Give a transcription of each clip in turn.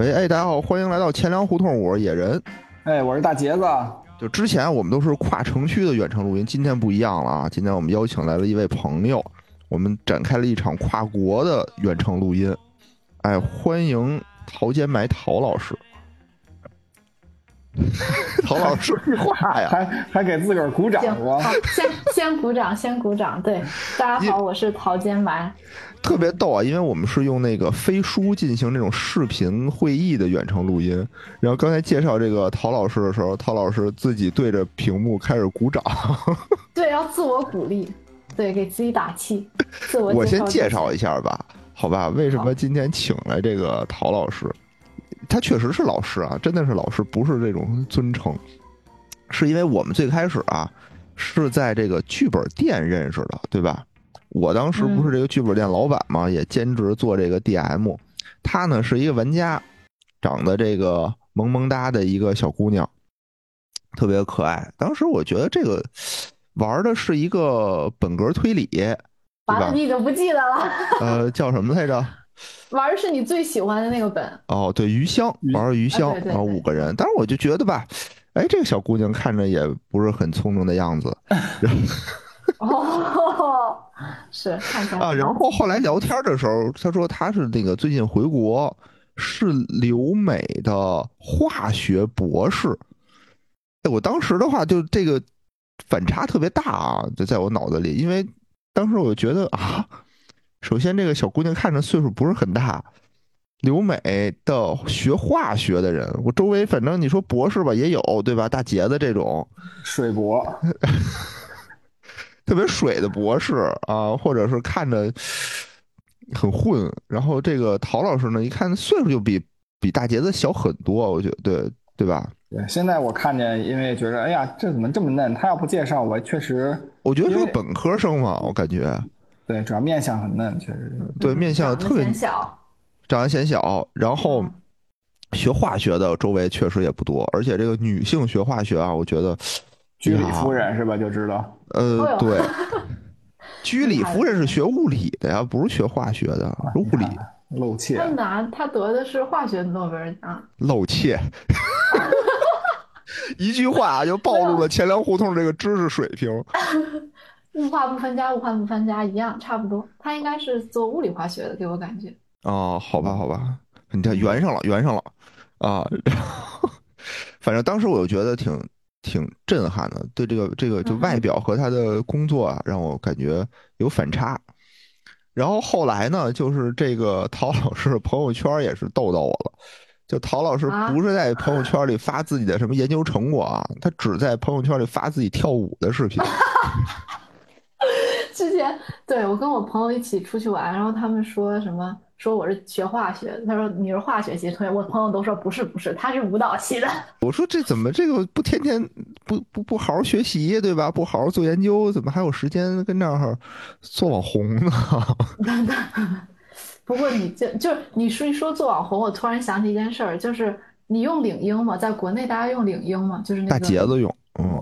喂，哎，大家好，欢迎来到钱粮胡同，我是野人。 哎，我是大杰子。 就之前我们都是跨城区的远程录音，今天不一样了啊！今天我们邀请来了一位朋友，我们展开了一场跨国的远程录音。哎，欢迎陶坚埋陶老师。陶老师，废话呀， 还给自个儿鼓掌我。 好，先鼓掌，先鼓掌。对，大家好，我是陶坚埋。 特别逗啊，因为我们是用那个飞书进行这种视频会议的远程录音，然后刚才介绍这个陶老师的时候，陶老师自己对着屏幕开始鼓掌。 对，要自我鼓励，对，给自己打气。 我先介绍一下吧，好吧？为什么今天请来这个陶老师？他确实是老师啊，真的是老师，不是这种尊称，是因为我们最开始啊是在这个剧本店认识的，对吧？我当时不是这个剧本店老板嘛，也兼职做这个 DM。他呢是一个玩家，长得这个萌萌哒的一个小姑娘，特别可爱。当时我觉得这个玩的是一个本格推理， 完了你就不记得了。 叫什么来着？ 玩的是你最喜欢的那个本。 哦，对，余香，玩余香啊，5个人。当时我就觉得吧，哎，这个小姑娘看着也不是很聪明的样子。 哦，是看起来啊，然后后来聊天的时候，他说他是那个最近回国，是留美的化学博士。哎，我当时的话就这个反差特别大啊，就在我脑子里，因为当时我就觉得啊，首先这个小姑娘看着岁数不是很大，留美的学化学的人，我周围反正你说博士吧也有，对吧？大杰子这种水博。 特别水的博士啊，或者是看着很混，然后这个陶老师呢，一看岁数就比大杰子小很多，我觉得对吧？ 对，现在我看见，因为觉得哎呀，这怎么这么嫩？他要不介绍，我确实我觉得是个本科生嘛，我感觉对，主要面相很嫩，确实对面相特别小， 长得显小，然后学化学的周围确实也不多，而且这个女性学化学啊，我觉得居里夫人是吧？就知道。 对，居里夫人是学物理的呀，不是学化学的，是物理。 露怯。 他得的是化学诺贝尔奖。 露怯。一句话就暴露了钱粮胡同这个知识水平。 物化不分家，物化不分家一样，差不多。他应该是做物理化学的，给我感觉。 哦，好吧，好吧，你看圆上了啊！反正当时我就觉得挺震撼的，对这个就外表和他的工作啊，让我感觉有反差。然后后来呢，就是这个陶老师的朋友圈也是逗到我了。就陶老师不是在朋友圈里发自己的什么研究成果啊，他只在朋友圈里发自己跳舞的视频。 之前对我跟我朋友一起出去玩，然后他们说什么说我是学化学的，他说你是化学系同学，我朋友都说不是，他是舞蹈系的。 我说这怎么这个不天天不好好学习对吧？不好好做研究，怎么还有时间跟那儿做网红呢？ 不过你就是你说做网红，我突然想起一件事儿，就是你用领英吗？在国内大家用领英吗？就是那个大杰子用，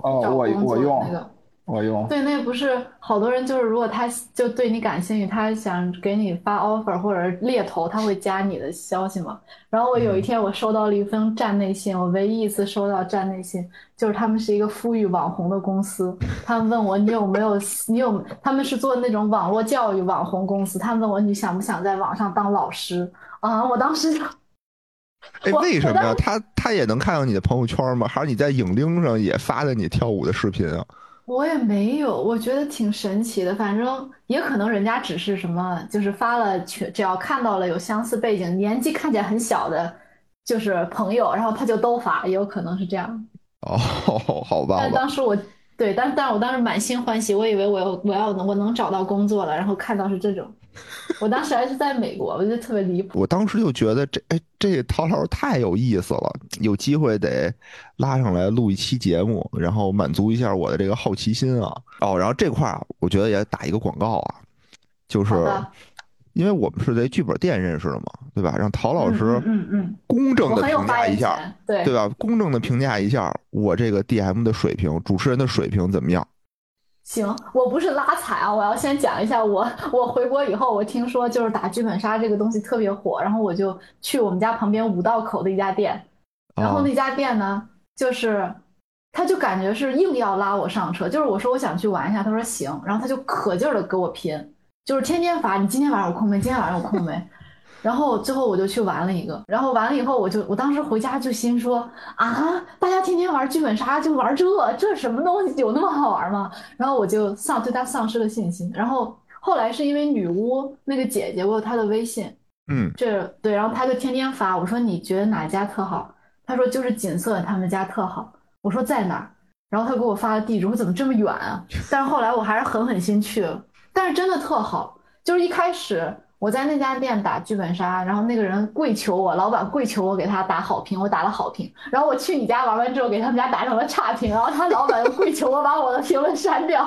我用。 对，那不是好多人就是如果他就对你感兴趣，他想给你发 offer 或者猎头，他会加你的消息嘛。然后我有一天我收到了一封站内信，我唯一一次收到站内信，就是他们是一个呼吁网红的公司，他们问我他们是做那种网络教育网红公司，他们问我你想不想在网上当老师啊？我当时就。 哎，为什么呀？他也能看到你的朋友圈吗？还是你在影钉上也发的你跳舞的视频啊？ 我也没有，我觉得挺神奇的。反正也可能人家只是什么，就是发了只要看到了有相似背景、年纪看起来很小的，就是朋友，然后他就都发，也有可能是这样。 哦，好吧。 但当时但我当时满心欢喜，我以为我能找到工作了，然后看到是这种。我当时还是在美国，我就特别离谱。 我当时就觉得这陶老师太有意思了，有机会得拉上来录一期节目，然后满足一下我的这个好奇心啊。哦，然后这块啊，我觉得也打一个广告啊，就是因为我们是在剧本店认识的嘛，对吧？让陶老师公正的评价一下，对吧？公正的评价一下我这个 DM 的水平，主持人的水平怎么样？ 行，我不是拉踩啊，我要先讲一下我回国以后，我听说就是打剧本杀这个东西特别火，然后我就去我们家旁边五道口的一家店，然后啊， 那家店呢，就是他就感觉是硬要拉我上车，就是我说我想去玩一下，他说行，然后他就可劲儿的跟我拼，就是天天发你今天晚上有空没？今天晚上有空没？然后最后我就去玩了一个，然后完了以后我当时回家就心说啊，大家天天玩剧本杀就玩这什么东西有那么好玩吗？然后我就对他丧失了信心。然后后来是因为女巫那个姐姐我有她的微信， 嗯， 对，然后她就天天发，我说你觉得哪家特好？她说就是锦瑟他们家特好。我说在哪儿？然后她给我发了地址，我说怎么这么远啊？但是后来我还是狠狠心去了，但是真的特好。就是一开始我在那家店打剧本杀，然后那个人跪求我，老板跪求我给他打好评，我打了好评。然后我去你家玩完之后，给他们家打成了差评，然后他老板又跪求我把我的评论删掉。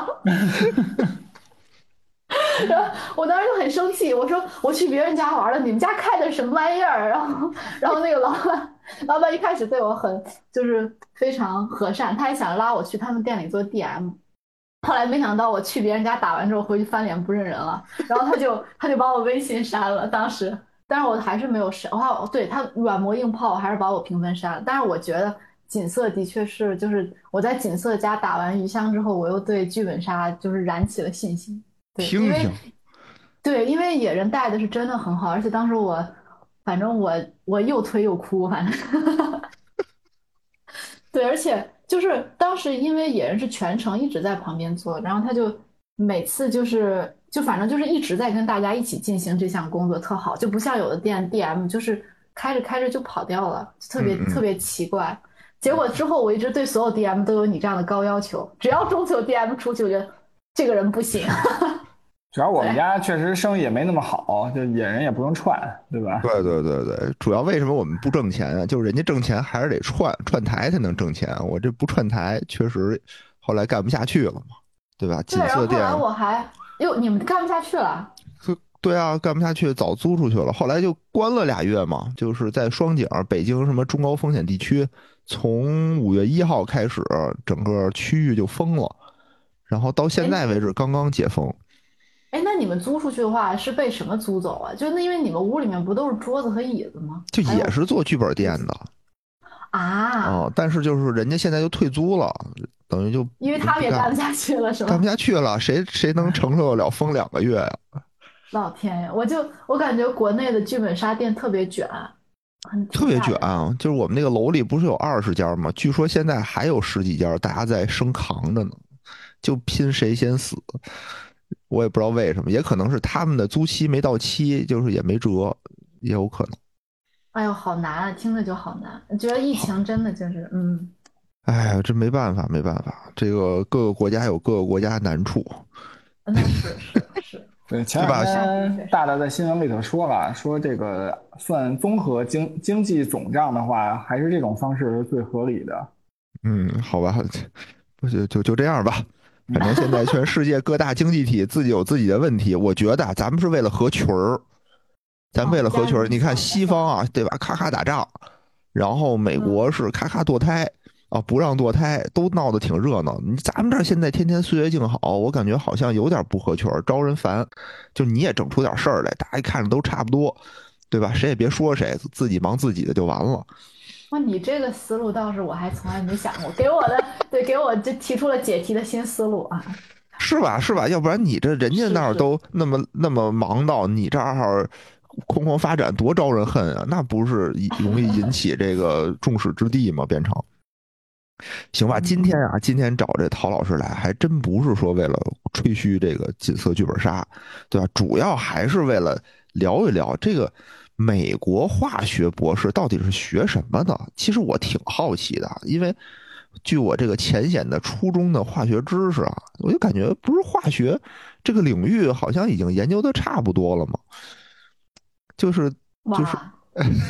然后我当时就很生气，我说我去别人家玩了，你们家开的是什么玩意儿？然后那个老板一开始对我就是非常和善，他也想拉我去他们店里做 DM。后来没想到我去别人家打完之后回去翻脸不认人了，然后他就把我微信删了。当时，但是我还是没有删，对他软磨硬泡，还是把我评分删了。但是我觉得锦瑟的确是，就是我在锦瑟家打完鱼香之后，我又对剧本杀就是燃起了信心。对，因为野人带的是真的很好，而且当时反正我又推又哭，反正对，而且就是当时因为野人是全程一直在旁边做，然后他就每次就反正就是一直在跟大家一起进行这项工作，特好，就不像有的店 DM 就是开着开着就跑掉了，特别嗯嗯， 特别奇怪。结果之后我一直对所有 DM 都有你这样的高要求，只要中途有 DM 出去，我觉得这个人不行。 主要我们对。 家确实生意也没那么好，就野人也不用串，对吧？ 对对对对，主要为什么我们不挣钱啊？就是人家挣钱还是得串台才能挣钱，我这不串台，确实后来干不下去了嘛，对吧？ 对， 锦然后后来瑟店， 我还，哟，你们干不下去了。 对啊，干不下去，早租出去了，后来就关了2月嘛，就是在双井，北京什么中高风险地区，从5月1号开始，整个区域就封了，然后到现哎， 在为止刚刚解封， 哎，那你们租出去的话是被什么租走啊？就那因为你们屋里面不都是桌子和椅子吗？ 就也还有是做剧本店的。 啊， 哦，但是就是人家现在就退租了，等于就因为他们也不干了， 干不下去了，是干不吗？ 下去了，谁能承受得了封2个月呀？ 老天爷，我感觉国内的剧本杀店特别卷， 特别挺吓人的。 卷啊！就是我们那个楼里不是有20家吗？据说现在还有十几家，大家在生扛着呢，就拼谁先死。我也不知道为什么，也可能是他们的租期没到期，就是也没辙，也有可能。 哎呦，好难啊，听着就好难。觉得疫情真的就是， 哎呀，这没办法，没办法，这个各个国家有各个国家难处， 那是， 对，前两对吧？ 天大大在新闻里头说了，说这个算综合经济总账的话，还是这种方式是最合理的。 嗯，好吧，就这样吧。反正现嗯， 在全世界各大经济体自己有自己的问题，我觉得啊咱们是为了合群儿，咱为哦， 了合群儿。 家人你看想的， 西方啊，对吧？咔咔打仗，然后美国是咔咔堕胎啊，不让堕胎，都闹得挺热闹。咱们这儿现在天天岁月静好，我感觉好像有点不合群儿，招人烦。就你也整出点事儿来，大家一看着都差不多，对吧？谁也别说谁，自己忙自己的就完了。 哇，你这个思路倒是我还从来没想过，给我这提出了解题的新思路啊！ 是吧？是吧？要不然你这人家那儿是， 都那么忙到你这儿哐哐发展，多招人恨啊！那不是容易引起这个众矢之的吗？变成行吧？今天找这陶老师来，还真不是说为了吹嘘这个锦瑟剧本杀，对吧？主要还是为了聊一聊这个美国化学博士到底是学什么的。其实我挺好奇的，因为据我这个浅显的初中的化学知识啊，我就感觉不是化学这个领域好像已经研究的差不多了吗？就是就是哇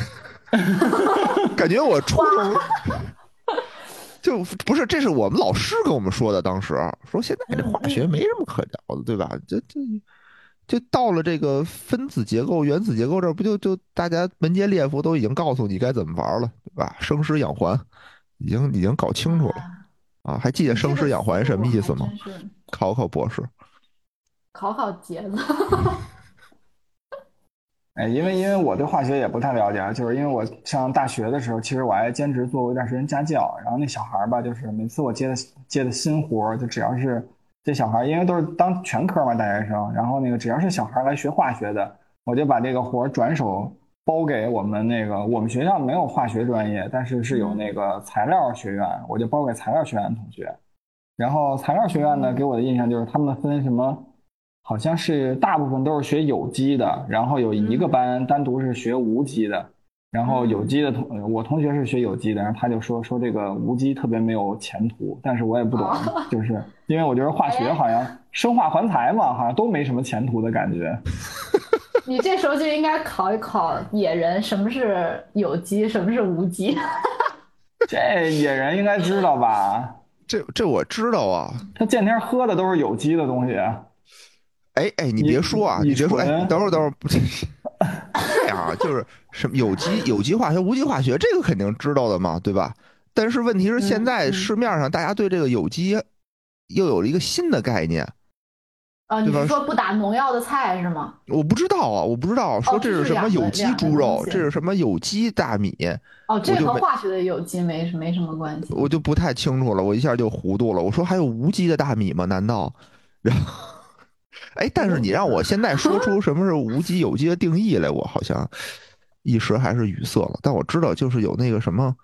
感觉我初哇， 中就不是，这是我们老师跟我们说的。当时说现在这化学没什么可聊的，对吧？就到了这个分子结构、原子结构这儿，不就大家门捷列夫都已经告诉你该怎么玩了，对吧？生尸养环已经搞清楚了啊， 啊！还记得你这个生尸养环什么思路意思吗？ 还真是， 考考博士？ 考考节子。 哎，因为我对化学也不太了解，就是因为我上大学的时候，其实我还兼职做过一段时间家教，然后那小孩吧，就是每次我接的新活，就只要是这小孩，因为都是当全科嘛大学生，然后那个只要是小孩来学化学的，我就把这个活转手包给我们学校没有化学专业，但是有那个材料学院，我就包给材料学院的同学。然后材料学院呢，给我的印象就是他们分什么，好像是大部分都是学有机的，然后有一个班单独是学无机的。然后有机的我同学是学有机的，然后他就说这个无机特别没有前途，但是我也不懂，就是因为我觉得化学好像生化环材嘛，好像都没什么前途的感觉。 你这时候就应该考一考野人，什么是有机，什么是无机。 这野人应该知道吧？ 这我知道啊。 他见天喝的都是有机的东西。 哎，你别说啊，你别说，哎，等会儿，这样啊，就是什么有机化学、无机化学，这个肯定知道的嘛，对吧？但是问题是，现在市面上大家对这个有机又有了一个新的概念。 你是说不打农药的菜是吗？ 我不知道啊，我不知道说这是什么有机猪肉，这是什么有机大米。 这和化学的有机没什么关系。 我就不太清楚了，我一下就糊涂了。我说还有无机的大米吗？难道？然后，哎，但是你让我现在说出什么是无机有机的定义来，我好像一时还是语塞了。但我知道就是有那个什么。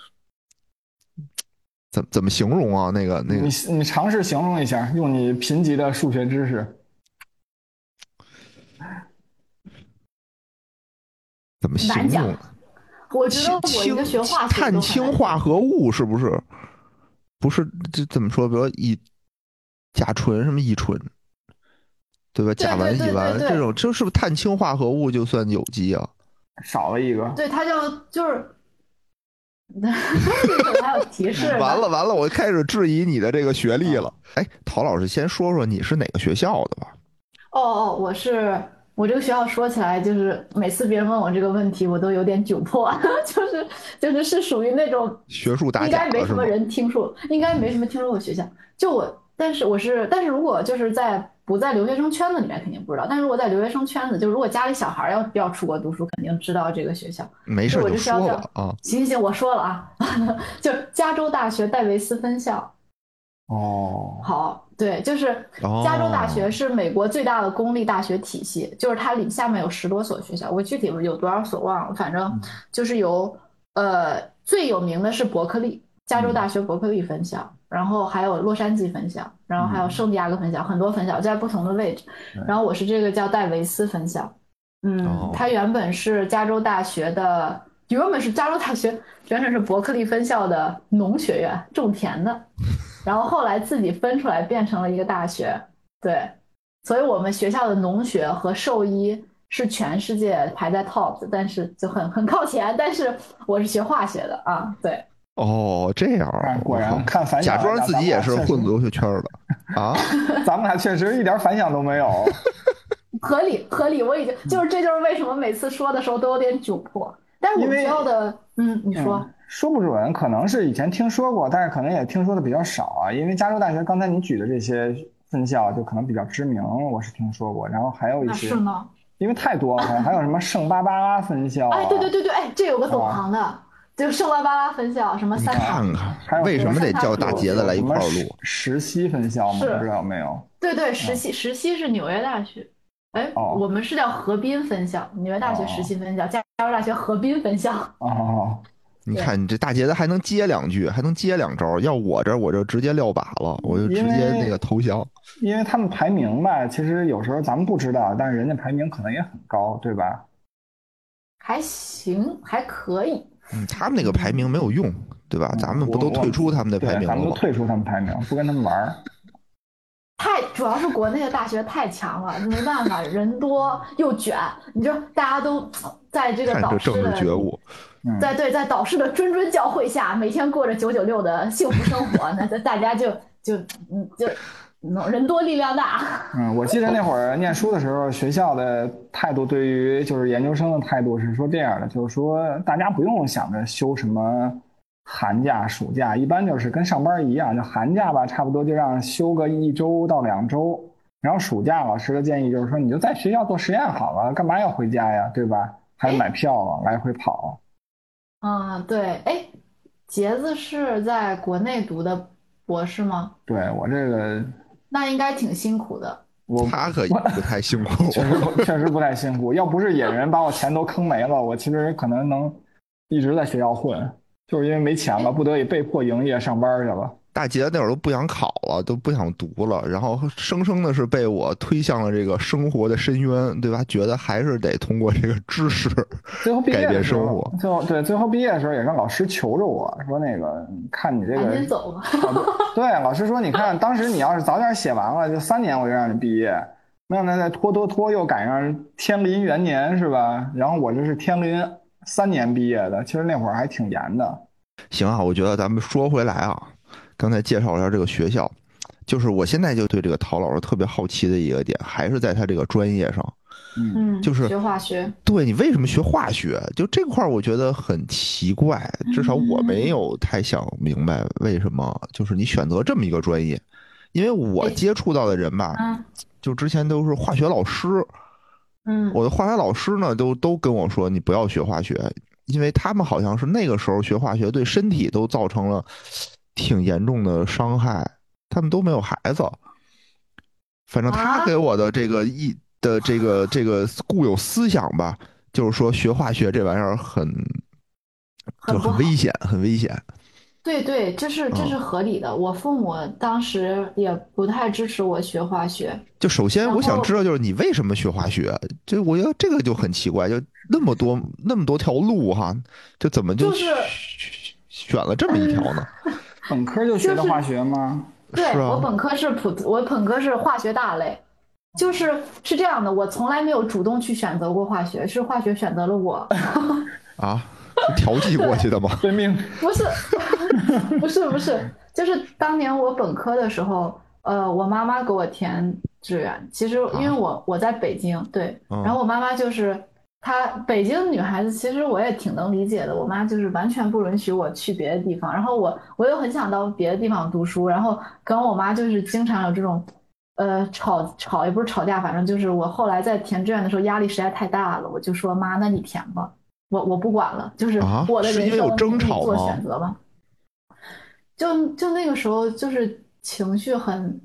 怎么形容啊？那个， 你尝试形容一下，用你贫瘠的数学知识。 怎么形容？ 我觉得我一个学化学碳氢化合物是不是？不是，这怎么说？比如甲醇什么乙醇，对吧？甲烷、乙烷这种，这是不是碳氢化合物就算有机啊？ 少了一个。 对，它就是。还有提示。 完了，我开始质疑你的这个学历了。哎，陶老师，先说说你是哪个学校的吧？ 我这个学校说起来，就是每次别人问我这个问题，我都有点窘迫，就是属于那种学术大应该没什么人听说，应该没什么听说过学校。但是如果就是不在留学生圈子里面肯定不知道，但是如果在留学生圈子，就如果家里小孩要出国读书，肯定知道这个学校。 没事就说吧啊。 行，我说了啊，就加州大学戴维斯分校。好，对，就是加州大学是美国最大的公立大学体系，就是它下面有10多所学校，我具体有多少所忘了，反正就是最有名的是伯克利，加州大学伯克利分校，然后还有洛杉矶分校，然后还有圣地亚哥分校，很多分校在不同的位置。然后我是这个叫戴维斯分校，它原本是加州大学伯克利分校的农学院，种田的。然后后来自己分出来变成了一个大学，对，所以我们学校的农学和兽医是全世界排在 top 的，但是就很靠前。但是我是学化学的啊，对。 这样啊， 果然看反响， 假装自己也是混留学圈的啊。 咱们俩确实一点反响都没有。 合理，我已经这就是为什么每次说的时候都有点窘迫。但是我们学校的，你说。 说不准，可能是以前听说过，但是可能也听说的比较少啊。因为加州大学刚才你举的这些分校就可能比较知名，我是听说过。然后还有一些， 是吗？ 因为太多了，还有什么圣巴巴拉分校哎，对，哎，这有个懂行的，就圣巴巴拉分校，什么三看看，为什么得叫大杰子来一块录？ 石溪分校吗？不知道有没有？ 对，石溪是纽约大学。哎，我们是叫河滨分校，纽约大学石溪分校，加州大学河滨分校。 你看你这大杰子还能接2句，还能接2招，要我就直接撂把了，我就直接那个投降。 因为他们排名吧，其实有时候咱们不知道，但是人家排名可能也很高，对吧？ 还行，还可以。 他们那个排名没有用，对吧？咱们不都退出他们的排名了吗？ 咱们都退出他们排名，不跟他们玩。 主要是国内的大学太强了，没办法，人多又卷，你知道，大家都在这个导师的政治觉悟。 在导师的谆谆教诲下，每天过着996的幸福生活，那大家就人多力量大。 我记得那会儿念书的时候，学校的态度对于就是研究生的态度是说这样的，就是说大家不用想着修什么寒假、暑假，一般就是跟上班一样，就寒假吧，差不多就让休个1周到2周，然后暑假老师的建议就是说，你就在学校做实验好了，干嘛要回家呀，对吧？还哎， 买票来回跑。 对，哎，杰子是在国内读的博士吗？ 对我这个， 那应该挺辛苦的。 他可我不太辛苦。 确实不太辛苦，要不是野人把我钱都坑没了，我其实可能能一直在学校混，就是因为没钱了，不得已被迫营业上班去了。 大杰那会儿都不想考了，都不想读了，然后生生的是被我推向了这个生活的深渊，对吧？觉得还是得通过这个知识最后毕改变业的时候， 生活。 最后毕业的时候也跟老师求着我说，那个看你这赶个紧走吧。 好多，对，老师说你看当时你要是早点写完了，就3年我就让你毕业，没想到再拖又赶上天临元年是吧？然后我这是天临3年毕业的，其实那会儿还挺严的。 行啊，我觉得咱们说回来啊，刚才介绍了一下这个学校，就是我现在就对这个陶老师特别好奇的一个点，还是在他这个专业上，就是学化学。 对你为什么学化学，就这块儿我觉得很奇怪，至少我没有太想明白为什么，就是你选择这么一个专业，因为我哎， 接触到的人吧， 嗯就之前都是化学老师， 嗯我的化学老师呢都跟我说你不要学化学，因为他们好像是那个时候学化学对身体都造成了挺严重的伤害，他们都没有孩子。反正他啊， 给我的这个固有思想吧，就是说学化学这玩意儿就很不好。 很危险，很危险。 对对，这是嗯， 合理的。我父母当时也不太支持我学化学， 就首先我想知然后道就是你为什么学化学？就我觉得这个就很奇怪，就那么多条路哈，就怎么就就是选了这么一条呢？ 本科就学就是的化学吗？ 是啊， 我本科是化学大类，是这样的，我从来没有主动去选择过化学，是化学选择了我。 啊，是调剂过去的吗？ 对命。 不是，不是，就是当年我本科的时候，我妈妈给我填志愿。其实因为啊， 我在北京，对，然嗯后我妈妈就是她北京女孩子，其实我也挺能理解的。我妈就是完全不允许我去别的地方，然后我又很想到别的地方读书，然后跟我妈就是经常有这种。吵也不是吵架，反正就是我后来在填志愿的时候压力实在太大了，我就说妈，那你填吧。我不管了，就是啊， 我的是因人生你为有争自己做吵吗？ 选择吧。就那个时候，就是情绪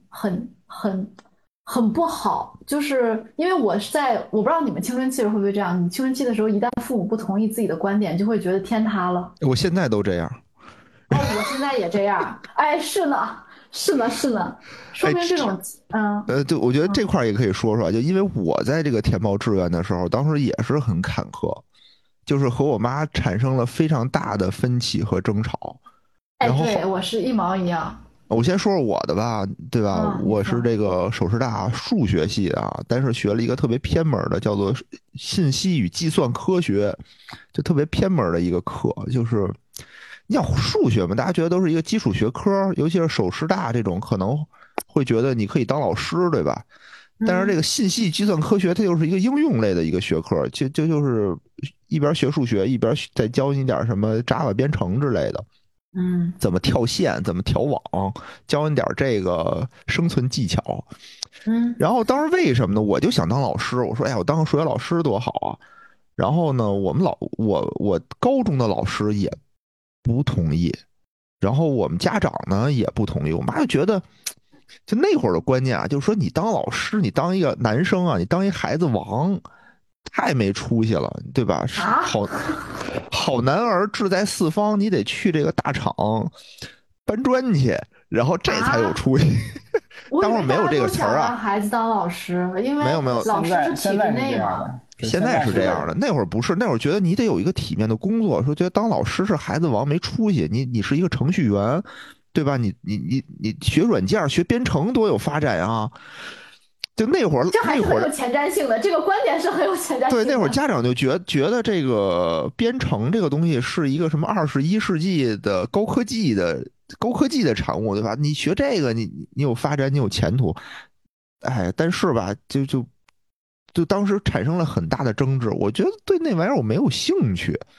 很不好，就是因为我不知道你们青春期的时候会不会这样，你青春期的时候一旦父母不同意自己的观点，就会觉得天塌了。 我现在都这样。 哦，我现在也这样，哎，是呢，是呢，是呢，说哎， 明这种， 对，我觉得这块儿也可以说说，就因为我在这个填报志愿的时候，当时也是很坎坷，就是和我妈产生了非常大的分歧和争吵。 哎， 然后对，我是一毛一样。 我先说说我的吧，对吧？ 你我是说， 这个首师大数学系的啊，但是学了一个特别偏门的，叫做信息与计算科学，就特别偏门的一个课。就是你想数学嘛，大家觉得都是一个基础学科，尤其是首师大这种，可能会觉得你可以当老师，对吧？但是这个信息计算科学，它就是一个应用类的一个学科，就是一边学数学，一边再教你点什么 Java 编程之类的。 嗯怎么跳线，怎么调网，教你点这个生存技巧。 嗯然后当时为什么呢？我就想当老师，我说，哎呀，我当个数学老师多好啊。然后呢，我高中的老师也不同意，然后我们家长呢也不同意。我妈就觉得，就那会儿的观念啊，就是说你当老师，你当一个男生啊，你当一孩子王，太没出息了，对吧？是啊， 好男儿志在四方，你得去这个大厂搬砖去，然后这才有啊， 出息。 我以当时没有这个为大家都词儿啊， 想让孩子当老师，因为没有没有， 老师是体制现在是这内嘛。 样的， 现在是这样的，那会儿不是，那会儿觉得你得有一个体面的工作，说觉得当老师是孩子王没出息，你是一个程序员，对吧？你学软件学编程多有发展啊！就那会儿这还那会儿是很有前瞻性的，这个观点是很有前瞻对，那会儿性的。 家长就觉得这个编程这个东西是一个什么21世纪的高科技的产物，对吧？你学这个，你有发展，你有前途。哎，但是吧，就当时产生了很大的争执。我觉得对那玩意儿我没有兴趣，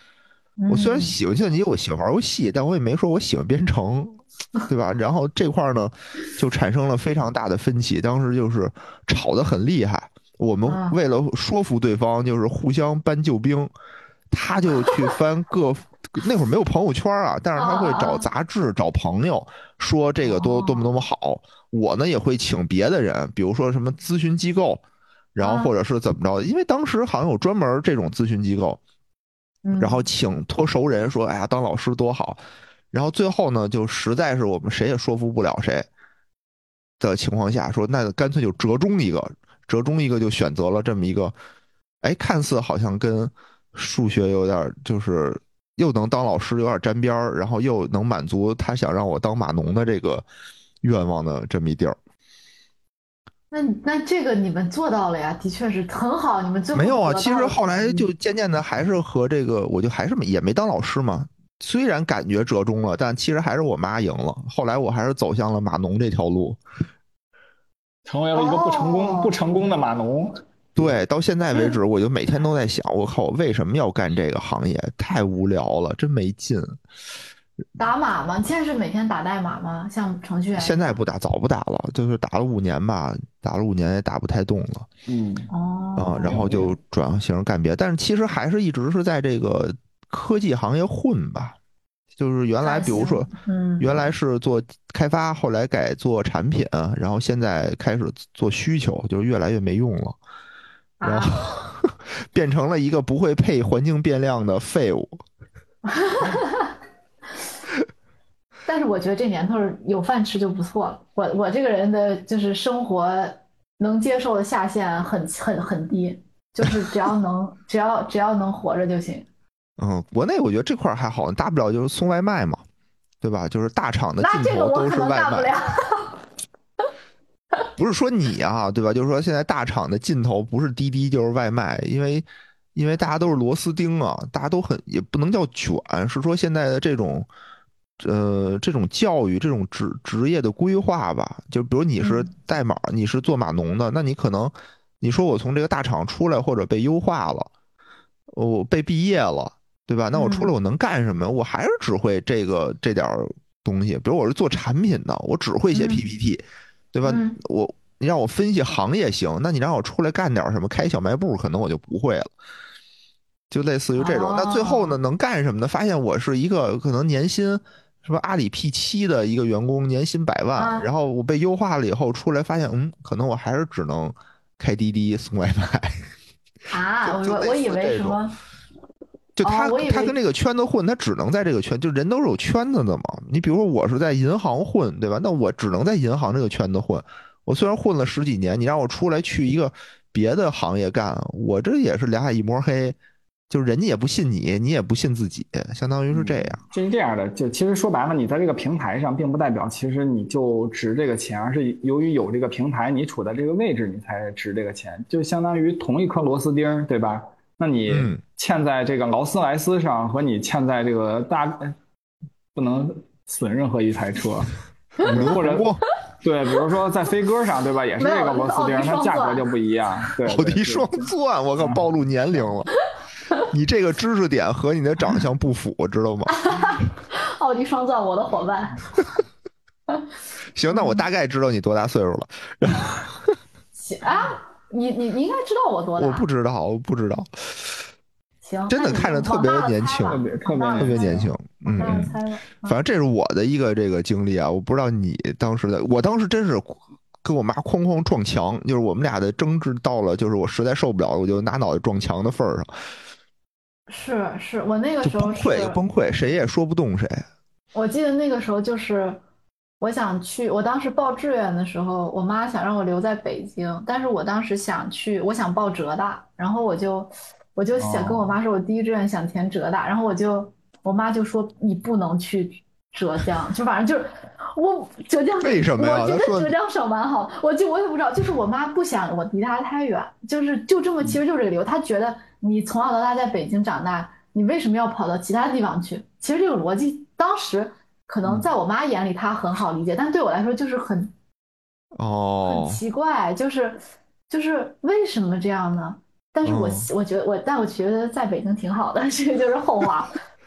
我虽然喜欢计算机，我喜欢玩游戏，但我也没说我喜欢编程，对吧？然后这块呢，就产生了非常大的分歧，当时就是吵得很厉害。我们为了说服对方，就是互相搬救兵，他就去翻那会儿没有朋友圈啊，但是他会找杂志、找朋友说这个多么好。我呢也会请别的人，比如说什么咨询机构，然后或者是怎么着，因为当时好像有专门这种咨询机构。然后托熟人说，哎呀，当老师多好。然后最后呢，就实在是我们谁也说服不了谁的情况下，说那干脆就折中一个就选择了这么一个，哎，看似好像跟数学有点就是又能当老师有点沾边儿，然后又能满足他想让我当码农的这个愿望的这么一地儿。 那这个你们做到了呀，的确是很好，你们最后没有啊， 得到其实后来就嗯渐渐的还是和这个，我就还是也没当老师嘛。虽然感觉折中了，但其实还是我妈赢了。后来我还是走向了码农这条路。 成为了一个不成功的码农。 对，到现在为止，我就每天都在想，我靠，我为什么要干这个行业？太无聊了，真没劲。 打码吗？现在是每天打代码吗？像程序员一样？ 现在不打，早不打了，就是打了5年吧，打了5年也打不太动了。然后就转型干别的，但是其实还是一直是在这个科技行业混吧。就是原来比如说，原来是做开发，后来改做产品，然后现在开始做需求，就是越来越没用了，然后变成了一个不会配环境变量的废物。 但是我觉得这年头有饭吃就不错了。我这个人的就是生活能接受的下限很低，就是只要能活着就行。 国内我觉得这块还好，大不了就是送外卖嘛，对吧？就是大厂的尽那这个头都是我可能外卖。 干不了。 不是说你啊，对吧？就是说现在大厂的尽头不是滴滴就是外卖，因为大家都是螺丝钉啊，大家都也不能叫卷，是说现在的这种教育这种职业的规划吧。就比如你是代码，你是做码农的，那你可能你说我从这个大厂出来或者被优化了，我被毕业了，对吧？那我出来我能干什么？我还是只会这点东西。比如我是做产品的，我只会写 PPT。对吧？你让我分析行业行，那你让我出来干点什么，开小卖部，可能我就不会了。就类似于这种。那最后呢，能干什么呢？发现我是一个可能年薪是吧阿里 P7的一个员工，年薪100万，然后我被优化了以后出来，发现可能我还是只能开滴滴送外卖。 啊，我以为什么？ 就他跟这个圈子混，他只能在这个圈，就人都是有圈子的嘛。你比如说我是在银行混，对吧？那我只能在银行这个圈子混。我虽然混了10几年，你让我出来去一个别的行业干，我这也是两眼一抹黑，就是人家也不信你，你也不信自己，相当于是这样。 这是这样的，就其实说白了，你在这个平台上，并不代表其实你就值这个钱，而是由于有这个平台，你处在这个位置，你才值这个钱，就相当于同一颗螺丝钉，对吧？那你嵌在这个劳斯莱斯上和你嵌在这个不能损任何一台车，或者对，比如说在飞鸽上，对吧？也是这个螺丝钉，它价格就不一样。对， 奥迪双钻，我可暴露年龄了。你这个知识点和你的长相不符，知道吗？ 奥迪双钻，我的伙伴。 行，那我大概知道你多大岁数了。 行啊，你应该知道我多大？ 我不知道，我不知道。 行， 真的看着特别年轻， 特别年轻。反正这是我的一个这个经历啊，我不知道你当时的，我当时真是跟我妈哐哐撞墙，就是我们俩的争执到了，就是我实在受不了，我就拿脑袋撞墙的份儿上。 是，我那个时候崩溃，谁也说不动谁。 我记得那个时候就是我想去，我当时报志愿的时候，我妈想让我留在北京，但是我当时我想报浙大，然后我就想跟我妈说，我第一志愿想填浙大，然后我妈就说你不能去浙江，就反正就是浙江为什么呀？ 我觉得浙江省蛮好，我也不知道，就是我妈不想我离她太远，就这么，其实就是这个理由，她觉得你从小到大在北京长大，你为什么要跑到其他地方去？其实这个逻辑当时可能在我妈眼里她很好理解，但对我来说就是很奇怪，就是为什么这样呢？但是我觉得在北京挺好的，这个就是后话。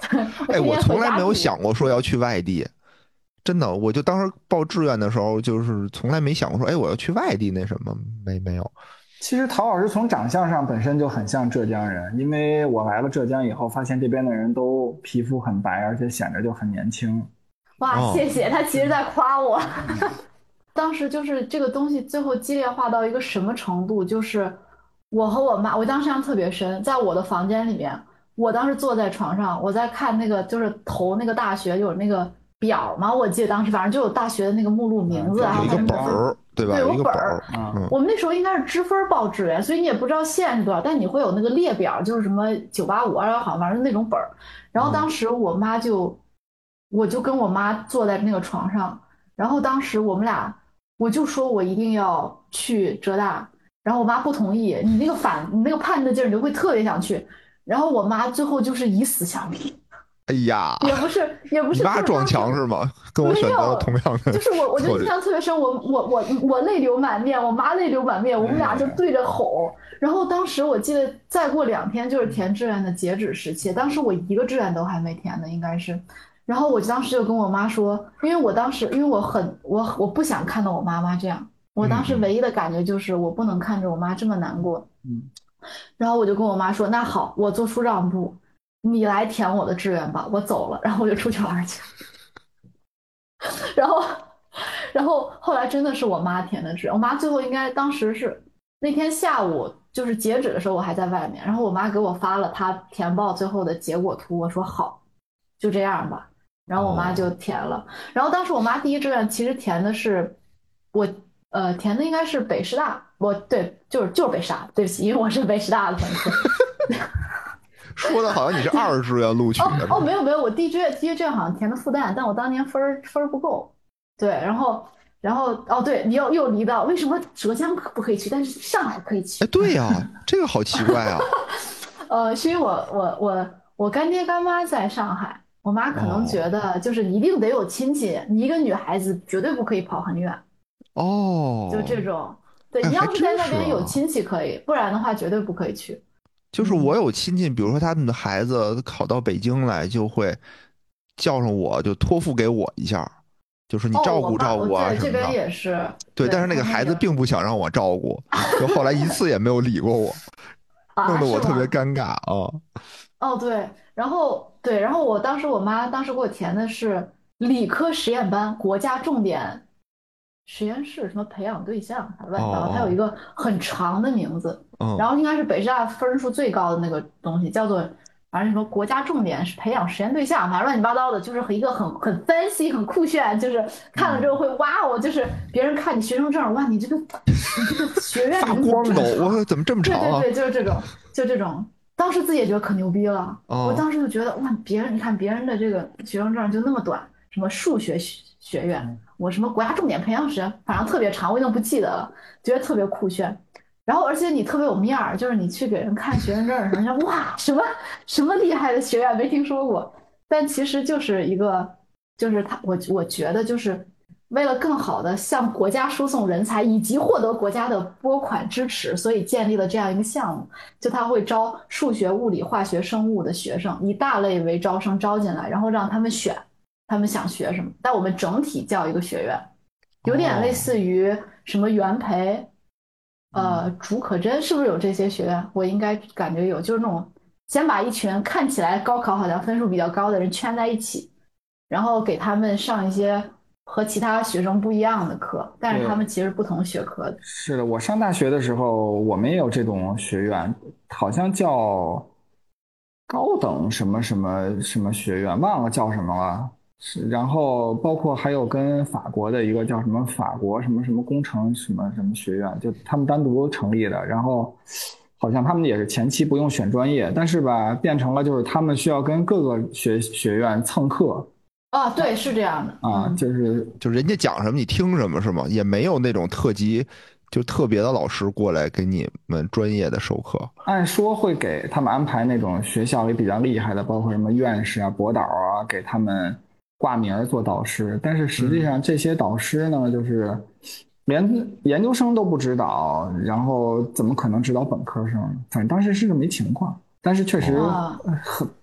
哎，我从来没有住想过说要去外地，真的，我就当时报志愿的时候，就是从来没想过说，哎，我要去外地那什么，没有。 其实陶老师从长相上本身就很像浙江人，因为我来了浙江以后，发现这边的人都皮肤很白，而且显得就很年轻。 哇， 哦， 谢谢，他其实在夸我。当时就是这个东西最后激烈化到一个什么程度，就是我和我妈，我当时印象特别深，在我的房间里面，我当时坐在床上，我在看那个就是投那个大学有那个表嘛，我记得当时反正就有大学的那个目录名字，还有一个有什么本儿，对吧？ 对， 有一个有本儿。 本儿，嗯， 我们那时候应该是支分报志愿，所以你也不知道线是多少，但你会有那个列表，就是什么985、210，反正那种本儿。然后当时我就跟我妈坐在那个床上，然后当时我们俩，我就说我一定要去浙大，然后我妈不同意，你那个叛逆的劲儿，你就会特别想去，然后我妈最后就是以死相逼， 哎呀， 也不是， 你妈撞就是当时墙是吗？跟我选择了同样的就是我就印策略。 象特别深，我泪流满面，我妈泪流满面，我们俩就对着吼。然后当时我记得再过2天就是填志愿的截止时期，当时我一个志愿都还没填呢，应该是。然后我当时就跟我妈说，因为我不想看到我妈妈这样，我当时唯一的感觉就是我不能看着我妈这么难过。 嗯， 然后我就跟我妈说，那好，我做出让步，你来填我的志愿吧，我走了。然后我就出去玩去了。然后，然后后来真的是我妈填的志愿，我妈最后应该当时是那天下午就是截止的时候，我还在外面，然后我妈给我发了她填报最后的结果图，我说好，就这样吧，然后我妈就填了，然后当时我妈第一志愿其实填的是我填的应该是北师大，对就是北师大，对不起，因为我是北师大的粉丝。 说的好像你是2志愿录取的。 没有，我第一志愿好像填的复旦，但我当年分不够。对，然后哦，对你又离到为什么浙江不可以去，但是上海可以去？ 哎，对呀，这个好奇怪啊。 是因为我干爹干妈在上海，我妈可能觉哦得就是你一定得有亲戚，你一个女孩子绝对不可以跑很远，就哦， 这种。对哎， 你要是在还真是那边有啊。 亲戚可以，不然的话绝对不可以去。 就是我有亲戚，比如说他们的孩子考到北京来，就会叫上我，就托付给我一下，就是你哦， 照顾我爸我照顾啊在这边什么的。 也是， 对，但对是那个孩子他们也并不想让我照顾，就后来一次也没有理过我，弄啊， 得我特别是吗？ 尴尬啊。 哦，对，然后我妈当时给我填的是理科实验班国家重点实验室什么培养对象， 哦乱七八糟，它有一哦， 个很长的名字， 嗯， 然后应该是北师大分数最高的那个东西，叫做反正什么国家重点是培养实验对象，反正乱七八糟的，就是一个很 fancy 很酷炫，就是看了之后会哇哦，就是别人看你学生证，哇，你这个学院发名字光都， 这么长， 我怎么这么长啊？ 对对对，就这种，当时自己也觉得可牛逼了。我哦， 当时就觉得哇，你看别人的这个学生证就那么短，什么数学学院，我什么国家重点培养师，反正特别长，我已经不记得了，觉得特别酷炫。然后而且你特别有面儿，就是你去给人看学生证的时候，人家哇什么厉害的学院没听说过，但其实就是一个，就是我觉得就是为了更好的向国家输送人才，以及获得国家的拨款支持，所以建立了这样一个项目。就他会招数学、物理、化学、生物的学生，以大类为招生招进来，然后让他们选他们想学什么。但我们整体叫一个学院，有点类哦， 似于什么元培，竺可桢是不是有这些学院？我应该感觉有，就是那种先把一群看起来高考好像分数比较高的人圈在一起，然后给他们上一些和其他学生不一样的课，但是他们对， 其实不同学科的。 是的，我上大学的时候，我们也有这种学院，好像叫高等什么什么什么学院，忘了叫什么了。是，然后包括还有跟法国的一个叫什么法国什么什么工程什么什么学院，就他们单独成立的。然后好像他们也是前期不用选专业，但是吧，变成了就是他们需要跟各个学院蹭课啊，对，是这样的， 啊，就是就人家讲什么你听什么是吗？也没有那种特级就特别的老师过来给你们专业的授课。 按说会给他们安排那种学校里比较厉害的，包括什么院士啊、博导啊，给他们挂名儿做导师。但是实际嗯， 上这些导师呢，就是连研究生都不指导，然后怎么可能指导本科生呢？反正当时是这么一情况。但是确实哦， 啊，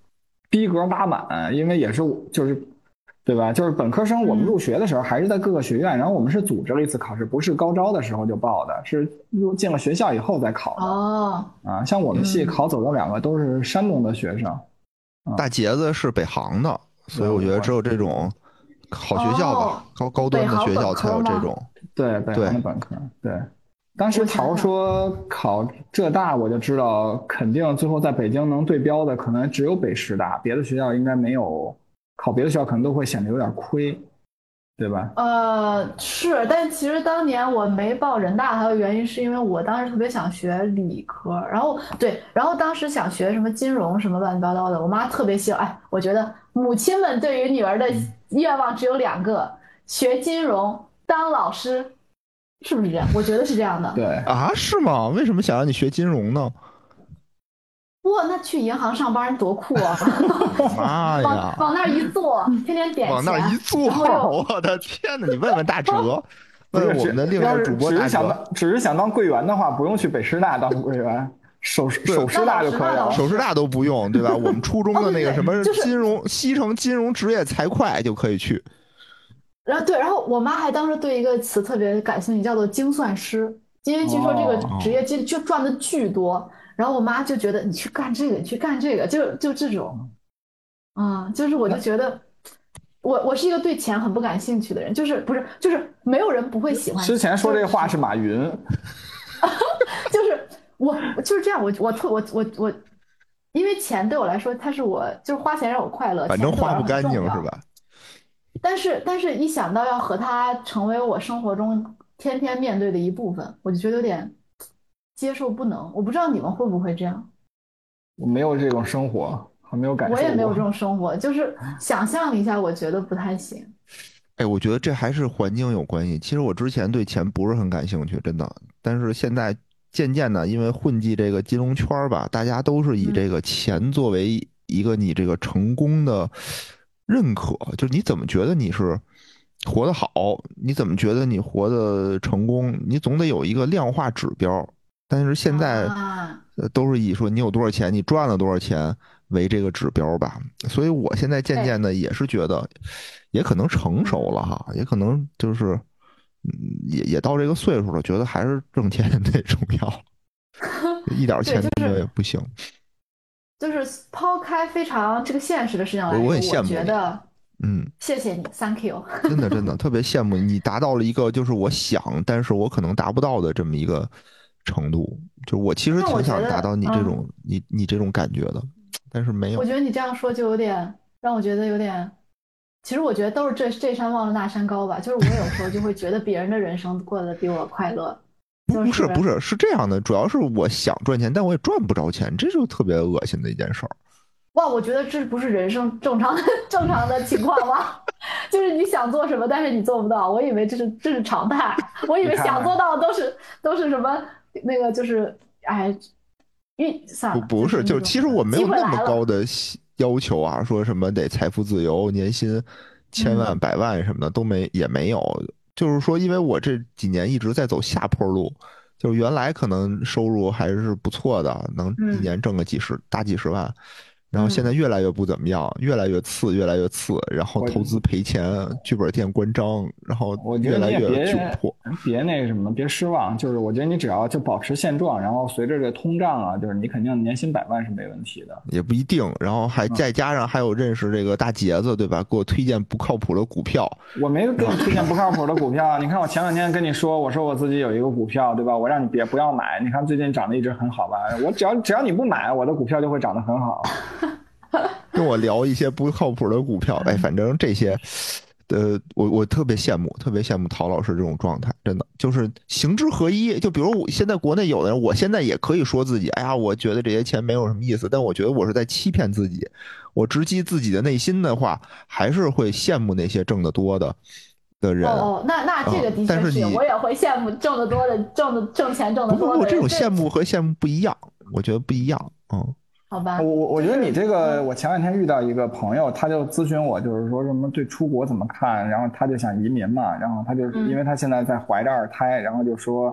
逼格拉满，因为也是就是对吧？就是本科生我们入学的时候还是在各个学院，然后我们是组织了一次考试，不是高招的时候就报的，是进了学校以后再考的。 哦， 啊，像我们系考走的2个都是山东的学生。 大杰子是北航的，所以我觉得只有这种好学校吧，高端的学校才有这种。 对，北航的本科。对，当时桃说考浙大，我就知道肯定最后在北京能对标的可能只有北师大，别的学校应该没有，考别的学校可能都会显得有点亏，对吧？ 是，但其实当年我没报人大，还有原因是因为我当时特别想学理科，然后当时想学什么金融什么乱七八糟的，我妈特别希望，哎，我觉得母亲们对于女儿的愿望只有2个，学金融，当老师，是不是这样？我觉得是这样的。 对啊，是吗？为什么想让你学金融呢？ 哇，那去银行上班多酷啊！ 妈呀， 往那儿一坐，天天点钱， 往那儿一坐，我的天哪！你问问大哲，问问我们的另一个主播大哲， 只是想当柜员的话，不用去北师大当柜员，首师大就可以了。 首师大都不用，对吧？我们初中的那个什么金融，西城金融职业财会就可以去。 然后我妈还当时对一个词特别感兴趣，叫做精算师，因为据说这个职业就赚的巨多。然后我妈就觉得你去干这个，你去干这个，就这种，就是我就觉得，我是一个对钱很不感兴趣的人，就是没有人不会喜欢。 之前说这话是马云， 就是我就是这样，我，因为钱对我来说，它是我就是花钱让我快乐， 反正花不干净是吧？ 但是一想到要和它成为我生活中天天面对的一部分，我就觉得有点接受不能。我不知道你们会不会这样。 我没有这种生活，还没有感受过。 我也没有这种生活，就是想象一下，我觉得不太行。 哎，我觉得这还是环境有关系。其实我之前对钱不是很感兴趣，真的。但是现在渐渐的，因为混迹这个金融圈吧，大家都是以这个钱作为一个你这个成功的认可，就是你怎么觉得你是活得好，你怎么觉得你活得成功，你总得有一个量化指标。但是现在都是以说你有多少钱，你赚了多少钱为这个指标吧。所以我现在渐渐的也是觉得，也可能成熟了哈，也可能就是，也到这个岁数了，觉得还是挣钱最重要，一点钱也不行。 就是抛开非常这个现实的事情来说， 我很羡慕你， 觉得，谢谢你 ，Thank you。 真的特别羡慕你达到了一个就是我想，但是我可能达不到的这么一个程度。就我其实挺想达到你这种你这种感觉的，但是没有。 我觉得你这样说就有点让我觉得有点，其实我觉得都是这山望着那山高吧。就是我有时候就会觉得别人的人生过得比我快乐。 不是是这样的，主要是我想赚钱，但我也赚不着钱，这就特别恶心的一件事儿。 哇，我觉得这不是人生正常的情况吗？就是你想做什么，但是你做不到。我以为这是常态，我以为想做到都是什么那个就是哎，算了， 不是，就是其实我没有那么高的要求啊，说什么得财富自由、年薪千万、百万什么的都也没有。就是说，因为我这几年一直在走下坡路，就是原来可能收入还是不错的，能一年挣个大几十万。然后现在越来越不怎么样，越来越次，然后投资赔钱，剧本店关张，然后越来越窘迫。 别那什么，别失望。就是我觉得你只要就保持现状，然后随着这个通胀啊，就是你肯定年薪100万是没问题的。 也不一定，然后还再加上还有认识这个大杰子，对吧？给我推荐不靠谱的股票。 我没给你推荐不靠谱的股票。你看我前两天跟你说，我说我自己有一个股票，对吧？我让你不要买。你看最近涨得一直很好吧？我只要你不买，我的股票就会涨得很好。 跟我聊一些不靠谱的股票，哎，反正这些，我特别羡慕陶老师这种状态，真的就是行之合一。就比如我现在国内有的人，我现在也可以说自己，哎呀，我觉得这些钱没有什么意思，但我觉得我是在欺骗自己。我直击自己的内心的话，还是会羡慕那些挣得多的人。 那这个的确但是我也会羡慕挣得多的，挣钱挣得多的人。 我这种羡慕和羡慕不一样，我觉得不一样， 好吧， 我觉得你这个，我前两天遇到一个朋友，他就咨询我，就是说什么对出国怎么看，然后他就想移民嘛，然后他就因为他现在在怀着2胎，然后就说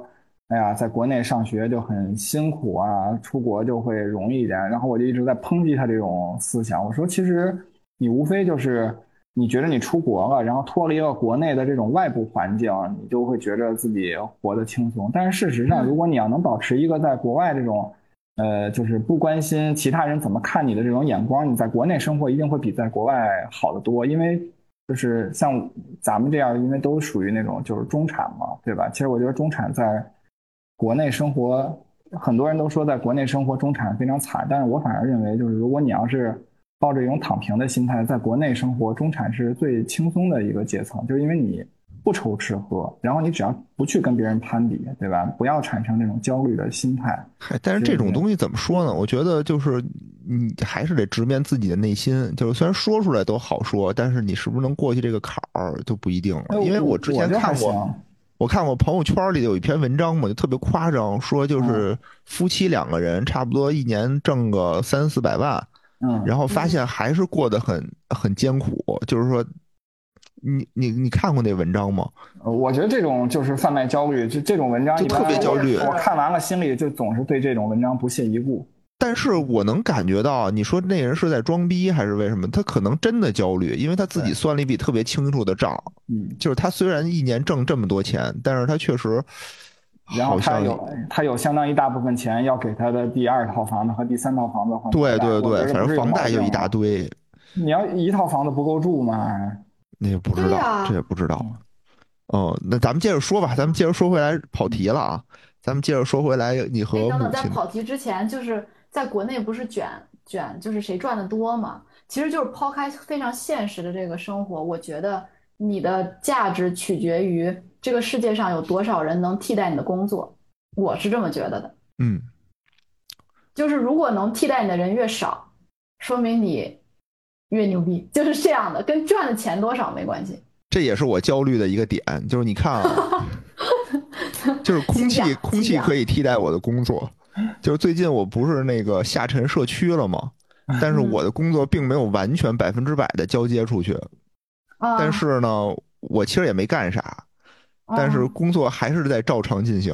哎呀，在国内上学就很辛苦啊，出国就会容易一点。然后我就一直在抨击他这种思想，我说其实你无非就是你觉得你出国了，然后脱离了国内的这种外部环境，你就会觉得自己活得轻松。但是事实上，如果你要能保持一个在国外这种就是不关心其他人怎么看你的这种眼光，你在国内生活一定会比在国外好得多。因为就是像咱们这样，因为都属于那种就是中产嘛，对吧？其实我觉得中产在国内生活，很多人都说在国内生活中产非常惨，但是我反而认为，就是如果你要是抱着一种躺平的心态，在国内生活，中产是最轻松的一个阶层，就是因为你不愁吃喝，然后你只要不去跟别人攀比，对吧？不要产生那种焦虑的心态。 但是这种东西怎么说呢？我觉得就是你还是得直面自己的内心，就是虽然说出来都好说，但是你是不是能过去这个坎儿就不一定了。因为我之前看过。我看过朋友圈里有一篇文章嘛，就特别夸张，说就是夫妻2个人差不多一年挣个300-400万，然后发现还是过得很艰苦。就是说，你看过那文章吗？ 我觉得这种就是贩卖焦虑，这种文章就特别焦虑。 我看完了心里就总是对这种文章不屑一顾。 但是我能感觉到，你说那人是在装逼还是为什么？他可能真的焦虑，因为他自己算了一笔特别清楚的账。就是他虽然一年挣这么多钱，但是他确实， 然后他有相当一大部分钱要给他的第2套房子和第3套房子还。 对，反正房贷就一大堆。 你要1套房子不够住吗？ 那也不知道，这也不知道。那咱们接着说吧，咱们接着说回来，跑题了啊。咱们接着说回来，你和母亲。 等等，在跑题之前，就是在国内不是卷，就是谁赚的多嘛？其实就是抛开非常现实的这个生活，我觉得你的价值取决于这个世界上有多少人能替代你的工作，我是这么觉得的。就是如果能替代你的人越少，说明你越牛逼，就是这样的，跟赚的钱多少没关系。 这也是我焦虑的一个点，就是你看啊，就是空气可以替代我的工作。就是最近我不是那个下沉社区了吗？但是我的工作并没有完全100%的交接出去。但是呢，我其实也没干啥，但是工作还是在照常进行。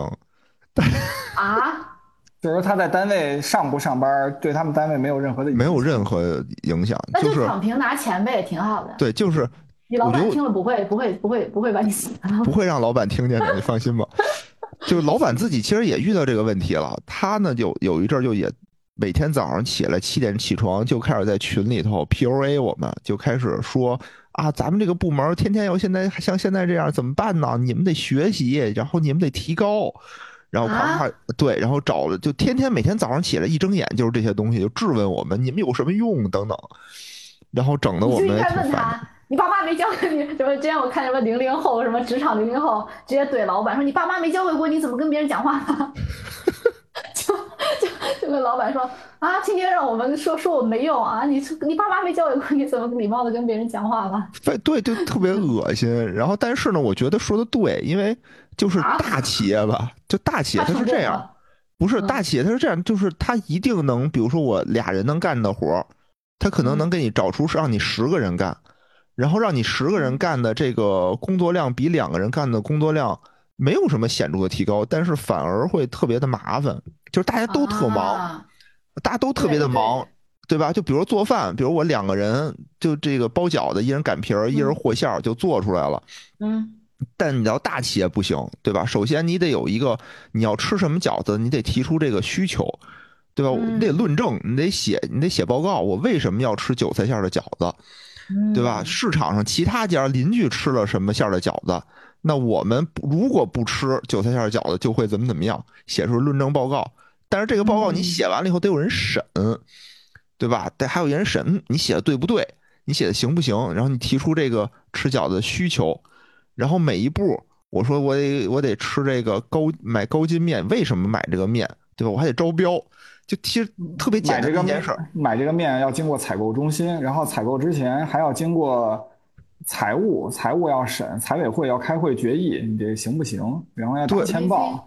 就是他在单位上不上班，对他们单位没有任何的影响。 那就躺平拿钱呗，挺好的。 对，就是你老板听了不会把你死， 不会让老板听见的，你放心吧。就是老板自己其实也遇到这个问题了，他呢就有一阵就也每天早上起来7点起床，就开始在群里头 PUA 我们，就开始说啊，咱们这个部门天天要现在像现在这样怎么办呢？你们得学习，然后你们得提高，然后对，然后找了就天天每天早上起来一睁眼就是这些东西，就质问我们你们有什么用等等，然后整的我们也挺烦。 你爸妈没教给你什么？之前我看什么00后，什么职场00后，直接怼老板说你爸妈没教会过你怎么跟别人讲话吗？就跟老板说啊，天天让我们说我没用啊，你爸妈没教会过你怎么礼貌的跟别人讲话吗？ 对，就特别恶心。然后但是呢，我觉得说的对，因为就是大企业吧，就大企业它是这样，不是大企业它是这样，就是它一定能，比如说我俩人能干的活，他可能能给你找出是让你10个人干。然后让你10个人干的这个工作量比2个人干的工作量没有什么显著的提高，但是反而会特别的麻烦，就是大家都特忙，大家都特别的忙，对吧？就比如做饭，比如我2个人就这个包饺子，一人擀皮儿，一人和馅儿就做出来了。但你要大企业不行，对吧？首先你得有一个你要吃什么饺子，你得提出这个需求，对吧？你得论证，你得写报告，我为什么要吃韭菜馅的饺子？对吧？市场上其他家邻居吃了什么馅的饺子，那我们如果不吃韭菜馅的饺子，就会怎么样，写出论证报告。但是这个报告你写完了以后得有人审，对吧？得还有人审你写的对不对，你写的行不行，然后你提出这个吃饺子的需求，然后每一步我说我得吃这个买高筋面，为什么买这个面，对吧？我还得招标。就其实特别简单的一件事， 买这个面要经过采购中心，然后采购之前还要经过财务要审，财委会要开会决议，你这行不行？然后要打签报。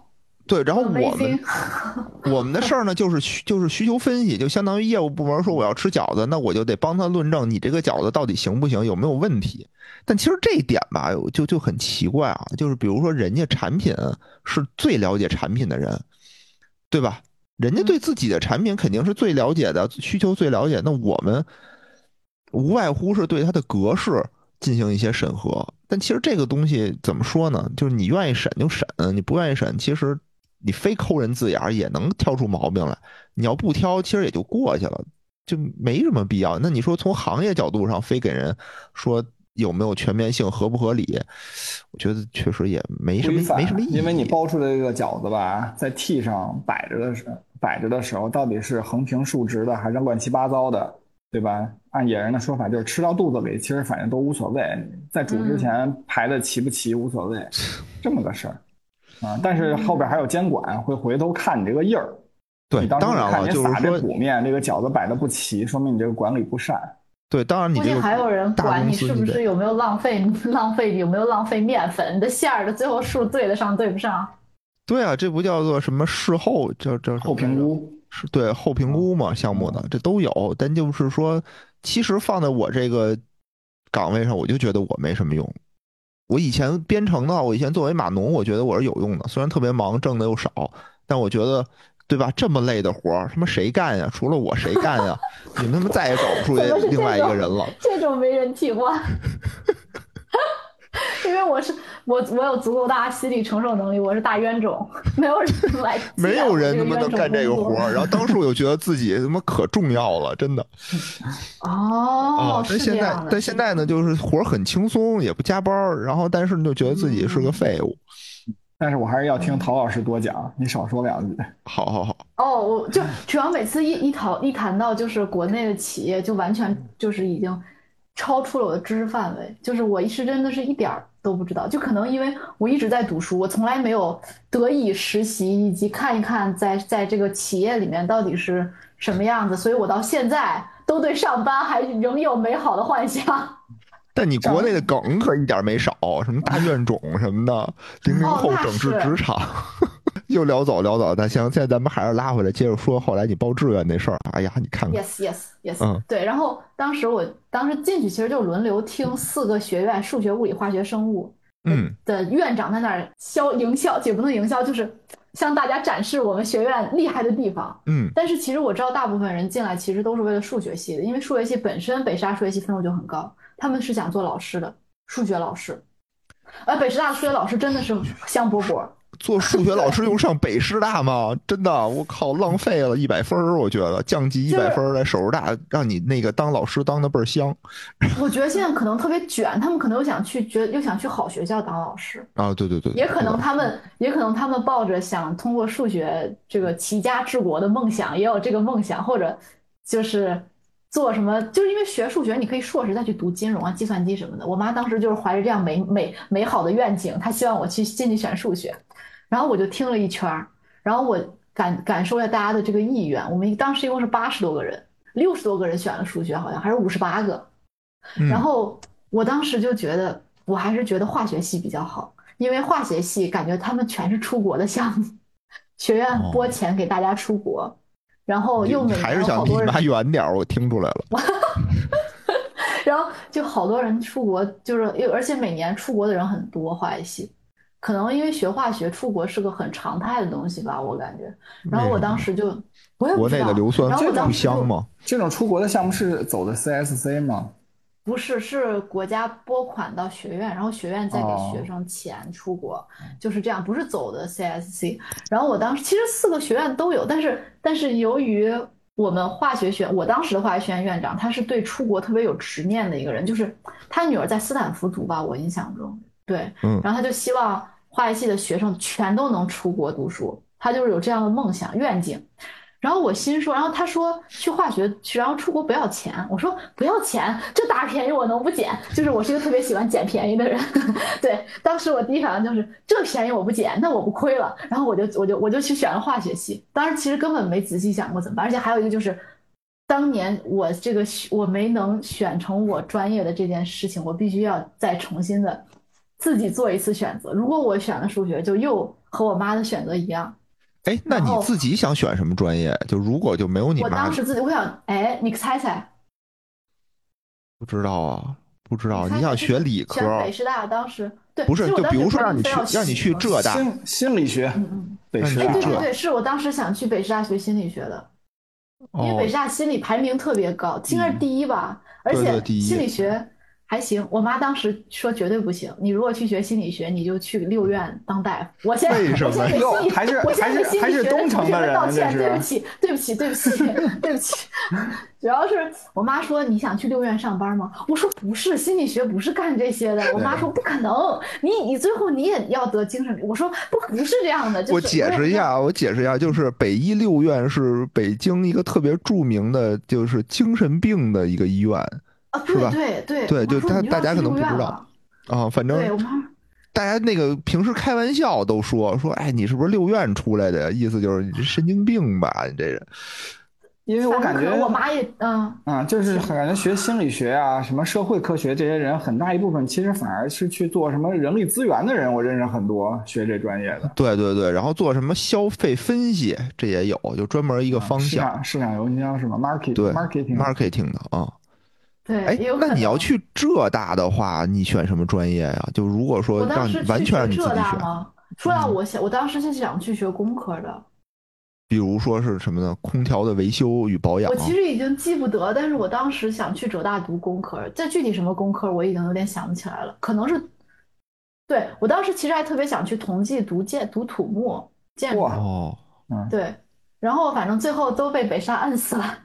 对，然后 Amazing 我们的事儿呢，就是需求分析，就相当于业务部门说我要吃饺子，那我就得帮他论证你这个饺子到底行不行，有没有问题。但其实这一点吧，就很奇怪啊，就是比如说人家产品是最了解产品的人，对吧？人家对自己的产品肯定是最了解的，需求最了解，那我们无外乎是对它的格式进行一些审核。但其实这个东西怎么说呢？就是你愿意审就审，你不愿意审，其实你非抠人字眼儿也能挑出毛病来。你要不挑，其实也就过去了，就没什么必要。那你说从行业角度上，非给人说有没有全面性、合不合理，我觉得确实也没什么意义。 因为你包出的这个饺子吧，在屉上摆着的时候，到底是横平竖直的，还是乱七八糟的，对吧？按野人的说法，就是吃到肚子里，其实反正都无所谓，在煮之前排的齐不齐无所谓，这么个事儿啊。但是后边还有监管，会回头看你这个印儿。 对，当然了，就是撒这补面，这个饺子摆的不齐，说明你这个管理不善。 对，当然你这个还有人管你是不是有没有浪费有没有浪费面粉，你的馅儿的最后数对得上对不上？ 对啊，这不叫做什么事后叫后评估？ 是对后评估嘛，项目的这都有。但就是说，其实放在我这个岗位上，我就觉得我没什么用。我以前编程的话，我以前作为码农，我觉得我是有用的，虽然特别忙，挣的又少，但我觉得。对吧？这么累的活儿，他妈谁干呀？除了我谁干呀？你们他妈再也找不出另外一个人了。 这种没人替换，因为我有足够大心理承受能力，我是大冤种，没有人来， 没有人他妈能干这个活儿。然后当时我就觉得自己他妈可重要了，真的。 哦， 但现在呢，就是活儿很轻松，也不加班，然后但是你就觉得自己是个废物。 但是我还是要听陶老师多讲，你少说两句。 好。 哦，我就主要每次一谈到就是国内的企业，就完全就是已经超出了我的知识范围，就是我是真的是一点儿都不知道。就可能因为我一直在读书，我从来没有得以实习以及看一看在这个企业里面到底是什么样子，所以我到现在都对上班还仍有美好的幻想。 但你国内的梗可一点没少，什么大怨种什么的，00后整治职场，又聊走，但行，现在咱们还是拉回来，接着说后来你报志愿那事儿。哎呀，你看看 ，yes，对，然后当时进去其实就轮流听4个学院，数学、物理、化学、生物，的院长在那儿营销，也不能营销，就是向大家展示我们学院厉害的地方。但是其实我知道大部分人进来其实都是为了数学系的，因为数学系本身北师大数学系分数就很高。他们是想做老师的，数学老师，而北师大的数学老师真的是香饽饽。 做数学老师用上北师大吗？真的，我靠，浪费了100分，我觉得降级100分在首师大，让你那个当老师当的倍儿香。 我觉得现在可能特别卷，他们可能又想去好学校当老师啊，对， 也可能他们抱着想通过数学这个齐家治国的梦想，也有这个梦想，或者就是做什么，就是因为学数学你可以硕士再去读金融啊、计算机什么的。我妈当时就是怀着这样美好的愿景，她希望我进去选数学。然后我就听了一圈，然后我感受一下大家的这个意愿。我们当时一共是80多个人，60多个人选了数学，好像还是58个。然后我当时就觉得，我还是觉得化学系比较好，因为化学系感觉他们全是出国的项目，学院拨钱给大家出国，然后又每年好多人还是想离你妈远点，我听出来了。 然后就好多人出国，就是而且每年出国的人很多，化学系。可能因为学化学出国是个很常态的东西吧，我感觉。然后我当时就我也不知道， 国内的硫酸不香吗？ 这种出国的项目是走的 CSC 吗？ 不是，是国家拨款到学院，然后学院再给学生钱出国，就是这样，不是走的 CSC。然后我当时其实4个学院都有，但是由于我们化学学院，我当时的化学学院院长他是对出国特别有执念的一个人，就是他女儿在斯坦福读吧，我印象中。对，然后他就希望化学系的学生全都能出国读书，他就是有这样的梦想愿景。然后我心说，然后他说去化学去，然后出国不要钱。我说不要钱，这大便宜我能不捡？就是我是一个特别喜欢捡便宜的人。对，当时我第一反应就是这便宜我不捡，那我不亏了。然后我就去选了化学系。当时其实根本没仔细想过怎么办，而且还有一个就是。当年我没能选成我专业的这件事情，我必须要再重新的自己做一次选择。如果我选了数学，就又和我妈的选择一样。 哎，那你自己想选什么专业？就如果就没有你妈， 我当时自己我想，哎，你猜猜， 不知道啊，不知道。 你猜你想学理选科？ 北师大，当时对， 不是，就比如说让你去浙大， 心理学，北师大， 对对对，是我当时想去北师大学心理学的，因为北师大心理排名特别高，应该是第一吧，而且心理学还行。我妈当时说绝对不行，你如果去学心理学，你就去六院当大夫。 为什么？ 还是东城的人道歉， 对不起，对不起。主要是我妈说你想去六院上班吗？我说不是，心理学不是干这些的。我妈说不可能，你最后你也要得精神病。我说不是这样的。 我解释一下，就是北医六院是北京一个特别著名的，就是精神病的一个医院啊， 是吧？ 对， 就大家可能不知道啊，反正对我妈。 大家那个平时开玩笑都说，哎，你是不是六院出来的？意思就是你神经病吧，你这人。 因为我感觉我妈也就是感觉学心理学啊，什么社会科学这些人，很大一部分其实反而是去做什么人力资源的人，我认识很多学这专业的。 对，然后做什么消费分析，这也有，就专门一个方向。 市场营销是吗？marketing 的啊。 对， 哎，那你要去浙大的话，你选什么专业呀？就如果说完全让你自己选吗？说到我当时是想去学工科的。 比如说是什么呢？空调的维修与保养。 我其实已经记不得，但是我当时想去浙大读工科，这具体什么工科我已经有点想不起来了。可能是，对，我当时其实还特别想去同济读土木建筑。对，然后反正最后都被北师大摁死了。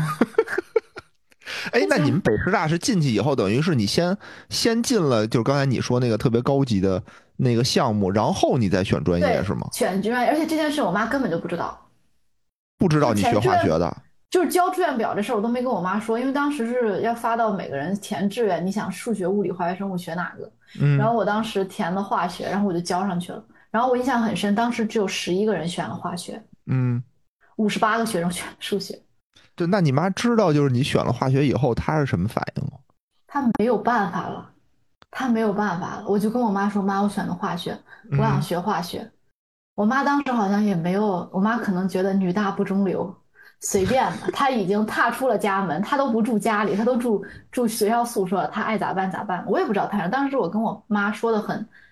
哎，那你们北师大是进去以后，等于是你先进了，就是刚才你说那个特别高级的那个项目，然后你再选专业是吗？ 选专业，而且这件事我妈根本就不知道。 不知道你学化学的， 就是交志愿表这事儿我都没跟我妈说，因为当时是要发到每个人填志愿，你想数学、物理、化学、生物学哪个？然后我当时填了化学，然后我就交上去了。然后我印象很深，当时只有11个人选了化学，58个学生选了数学。 对，那你妈知道就是你选了化学以后，她是什么反应吗？ 她没有办法了，我就跟我妈说：“妈，我选的化学，我想学化学。”我妈当时好像也没有，我妈可能觉得女大不中留，随便吧。她已经踏出了家门，她都不住家里，她都住学校宿舍，她爱咋办咋办。我也不知道她。当时我跟我妈说的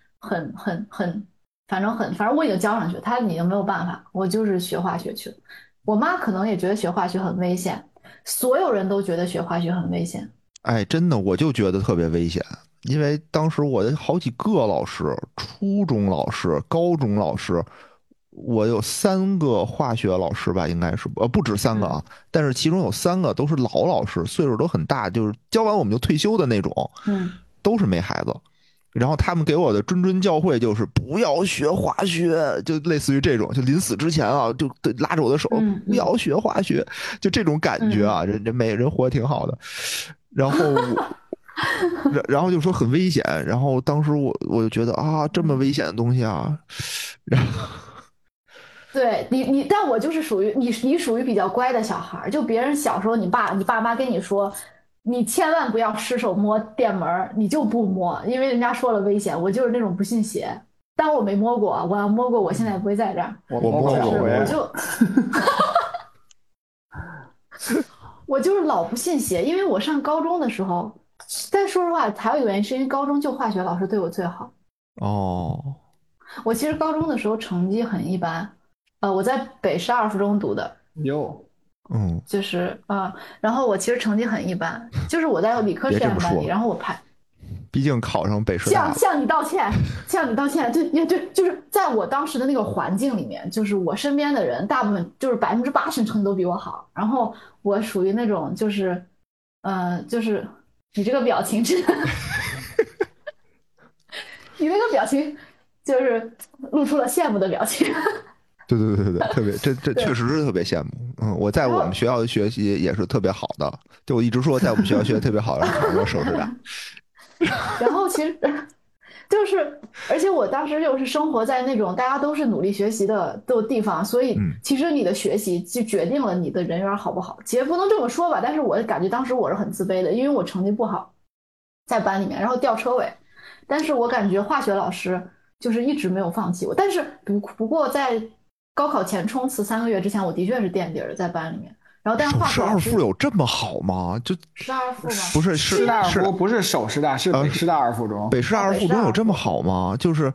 反正我已经交上去，她已经没有办法，我就是学化学去了。我妈可能也觉得学化学很危险，所有人都觉得学化学很危险。 哎，真的，我就觉得特别危险。因为当时我的好几个老师，初中老师、高中老师，我有3个化学老师吧，应该是不止3个啊，但是其中有3个都是老师，岁数都很大，就是教完我们就退休的那种，都是没孩子。然后他们给我的谆教诲就是不要学化学，就类似于这种，就临死之前啊，就拉着我的手，不要学化学，就这种感觉啊，人活得挺好的。然后就说很危险，然后当时我就觉得啊，这么危险的东西啊，然后对你，但我就是属于你属于比较乖的小孩，就别人小时候你爸妈跟你说，你千万不要失手摸电门，你就不摸，因为人家说了危险。我就是那种不信邪，但我没摸过，我要摸过，我现在也不会在这儿。 我摸过， 我就我就是老不信邪，因为我上高中的时候，但说实话，还有一个原因是因为高中就化学老师对我最好。我其实高中的时候成绩很一般，我在北师二附中读的，就是然后我其实成绩很一般，就是我在理科实验班里，然后我排， 毕竟考上北师大， 向你道歉，对，就是在我当时的那个环境里面，就是我身边的人大部分就是80%成绩都比我好，然后我属于那种就是你这个表情真的，你那个表情就是露出了羡慕的表情。 对，特别这确实是特别羡慕。我在我们学校的学习也是特别好的，就我一直说在我们学校学的特别好，然后考上首师大。 然后其实就是，而且我当时又是生活在那种大家都是努力学习的地方，所以其实你的学习就决定了你的人缘好不好。其实不能这么说吧，但是我感觉当时我是很自卑的，因为我成绩不好，在班里面，然后吊车尾。 但是我感觉化学老师就是一直没有放弃我。但是不过在高考前冲刺3个月之前，我的确是垫底儿在班里面。然后但是首师二化学老师附有这么好吗？就师大二附吗？ 不是师大二附不是首师大，是北师大二附中。 北师大二附中有这么好吗？就是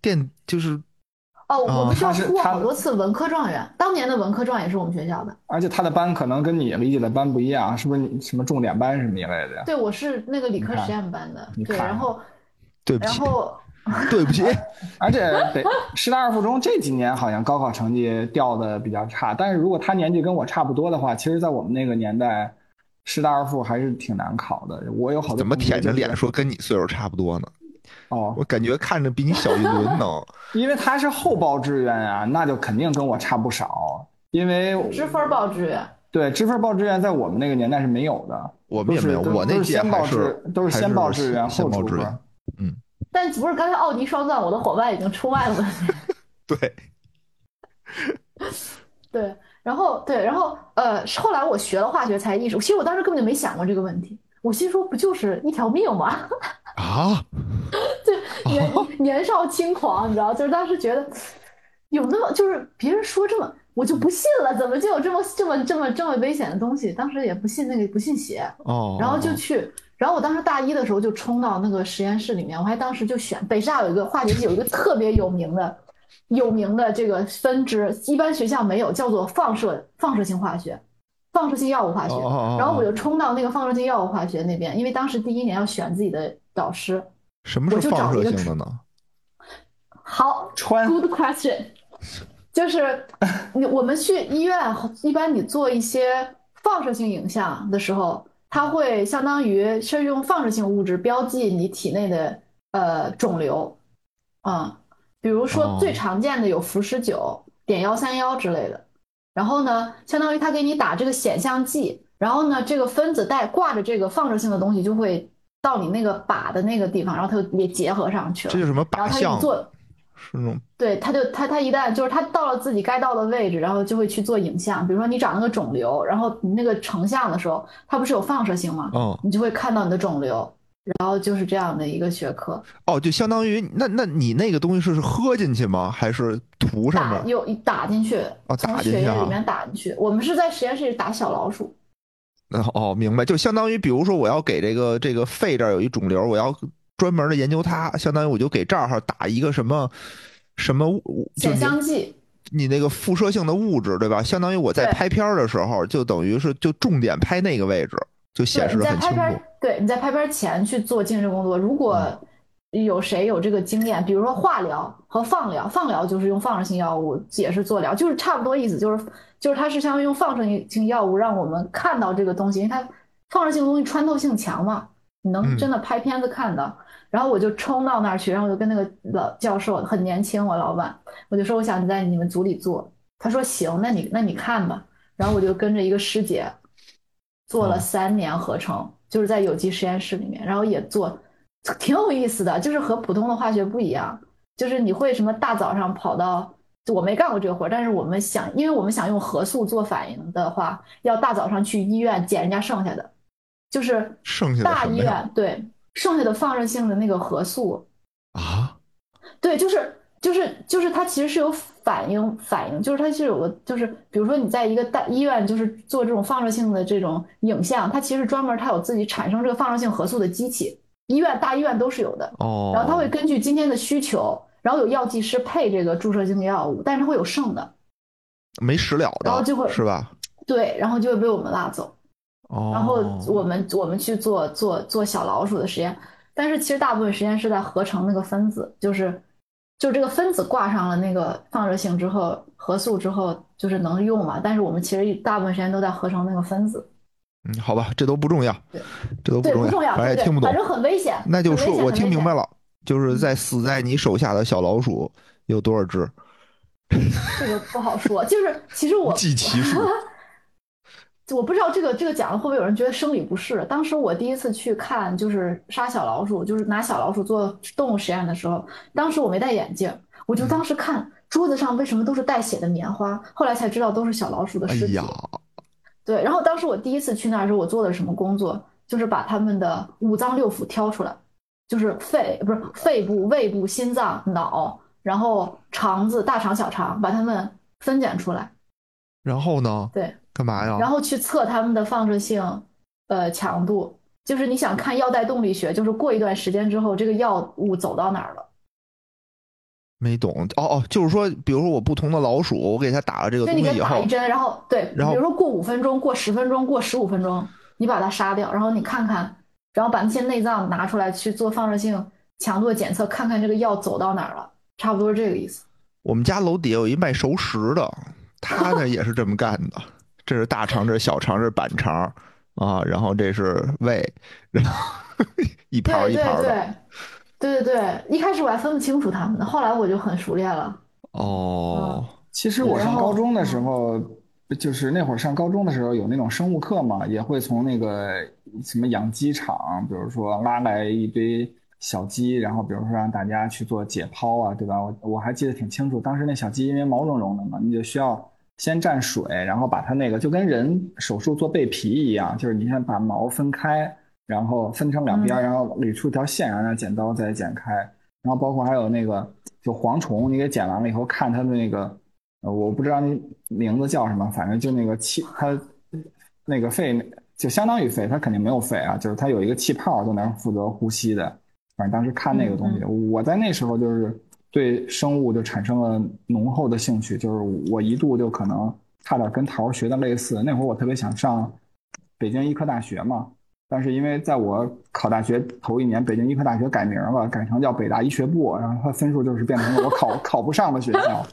我们学校他是出过好多次文科状元，当年的文科状元也是我们学校的。 而且他的班可能跟你理解的班不一样，是不是你什么重点班什么一类的呀？ 对，我是那个理科实验班的。对，然后对不起， 然后对不起。 而且师大二附中这几年好像高考成绩掉的比较差，但是如果他年纪跟我差不多的话，其实在我们那个年代，师大二附还是挺难考的。我有好多怎么舔着脸说跟你岁数差不多呢？我感觉看着比你小一轮呢。 因为他是后报志愿啊，那就肯定跟我差不少。因为支分报志愿， 对，支分报志愿在我们那个年代是没有的， 我们也没有，我那届都是先报志愿后出分。 但不是刚才奥迪双钻，我的伙伴已经出卖了吗？ 对， 对，然后后来我学了化学才意识，其实我当时根本就没想过这个问题，我心说不就是一条命吗？ 啊， 就年少轻狂，你知道，就是当时觉得有那么就是别人说这么，我就不信了，怎么就有这么危险的东西？当时也不信不信邪，然后就去。然后我当时大一的时候就冲到那个实验室里面，我还当时就选北师大有一个化学系有一个特别有名的这个分支，一般学校没有，叫做放射性化学、放射性药物化学。然后我就冲到那个放射性药物化学那边，因为当时第1年要选自己的导师。 什么是放射性的呢？ 好 ，good question， 就是我们去医院，一般你做一些放射性影像的时候。它会相当于是用放射性物质标记你体内的肿瘤，比如说最常见的有氟10-9、碘131之类的。然后呢，相当于它给你打这个显像剂，然后呢，这个分子挂着这个放射性的东西就会到你那个靶的那个地方，然后它就也结合上去了。 这就是什么靶向？是那种对，它一旦就是它到了自己该到的位置，然后就会去做影像。比如说你长了个肿瘤，然后你那个成像的时候，它不是有放射性吗？你就会看到你的肿瘤，然后就是这样的一个学科。 就相当于那你那个东西是喝进去吗？还是涂上面？ 打进去，从血液里面打进去。我们是在实验室里打小老鼠。 明白，就相当于比如说我要给这个肺这儿有一肿瘤，我要专门的研究它，相当于我就给这儿打一个什么显香剂， 你那个辐射性的物质，对吧？相当于我在拍片的时候，就等于是就重点拍那个位置，就显示得很清楚。 对，你在拍片前去做静置工作，如果有谁有这个经验，比如说化疗和放疗，放疗就是用放射性药物也是做疗，就是差不多意思，就是它是相当于用放射性药物让我们看到这个东西，因为它放射性的东西穿透性强嘛，你能真的拍片子看到。然后我就冲到那儿去，然后我就跟那个老教授很年轻，我老板，我就说我想在你们组里做，他说行，那你看吧。然后我就跟着一个师姐做了3年合成，就是在有机实验室里面，然后也做，挺有意思的，就是和普通的化学不一样，就是你会什么大早上跑到，我没干过这个活，但是因为我们想用核素做反应的话，要大早上去医院捡人家剩下的，就是大医院对。剩下的放射性的那个核素对，就是它其实是有反应，就是它是有个，就是比如说你在一个大医院，就是做这种放射性的这种影像，它其实专门它有自己产生这个放射性核素的机器，大医院都是有的。然后它会根据今天的需求，然后有药剂师配这个注射性药物，但是它会有剩的， 没食了的， 然后就会是吧？对， 然后就会被我们拉走。然后我们去做小老鼠的实验，但是其实大部分实验是在合成那个分子，就是这个分子挂上了那个放射性之后，核素之后就是能用嘛。但是我们其实大部分时间都在合成那个分子。 好吧，这都不重要，这都不重要，反正也听不懂， 反正很危险。 那就说我听明白了，就是死在你手下的小老鼠有多少只？ 这个不好说，就是其实我计其数。 我不知道这个讲了会不会有人觉得生理不适。当时我第一次去看就是杀小老鼠，就是拿小老鼠做动物实验的时候，当时我没戴眼镜，我就当时看桌子上为什么都是带血的棉花，后来才知道都是小老鼠的尸体。对，然后当时我第一次去那儿的时候，我做的什么工作，就是把他们的5脏6腑挑出来， 就是不是肺部、胃部、心脏、脑，然后肠子、大肠、小肠，把它们分拣出来。 然后呢？ 对， 干嘛呀？ 然后去测它们的放射性强度，就是你想看药代动力学，就是过一段时间之后，这个药物走到哪儿了。 没懂。哦哦，就是说，比如说我不同的老鼠，我给它打了这个就你给东西以后， 它打一针，然后对， 然后比如说过5分钟、过10分钟、过15分钟，你把它杀掉，然后你看看，然后把那些内脏拿出来去做放射性强度的检测，看看这个药走到哪儿了，差不多是这个意思。 我们家楼底下有一卖熟食的，他呢也是这么干的。这是大肠，这是小肠，这是板肠啊，然后这是胃，然后一盘对一盘的。 对对对，一开始我还分不清楚他们的，后来我就很熟练了。嗯， 哦， 其实对， 我上高然后中的时候，就是那会儿上高中的时候有那种生物课嘛，也会从那个什么养鸡场，比如说拉来一堆小鸡，然后比如说让大家去做解剖啊，对吧？我还记得挺清楚，当时那小鸡因为毛茸茸的嘛，你就需要先蘸水，然后把它那个就跟人手术做背皮一样，就是你先把毛分开，然后分成两边，然后捋出一条线，然后拿剪刀再剪开。然后包括还有那个就蝗虫，你给剪完了以后，看它的那个，我不知道那名字叫什么，反正就那个气，它那个肺就相当于肺，它肯定没有肺啊，就是它有一个气泡在那儿负责呼吸的。反正当时看那个东西，我在那时候就是对生物就产生了浓厚的兴趣，就是我一度就可能差点跟桃学的类似。那会儿我特别想上北京医科大学嘛。但是因为在我考大学头一年，北京医科大学改名了，改成叫北大医学部，然后它分数就是变成了我考不上的学校。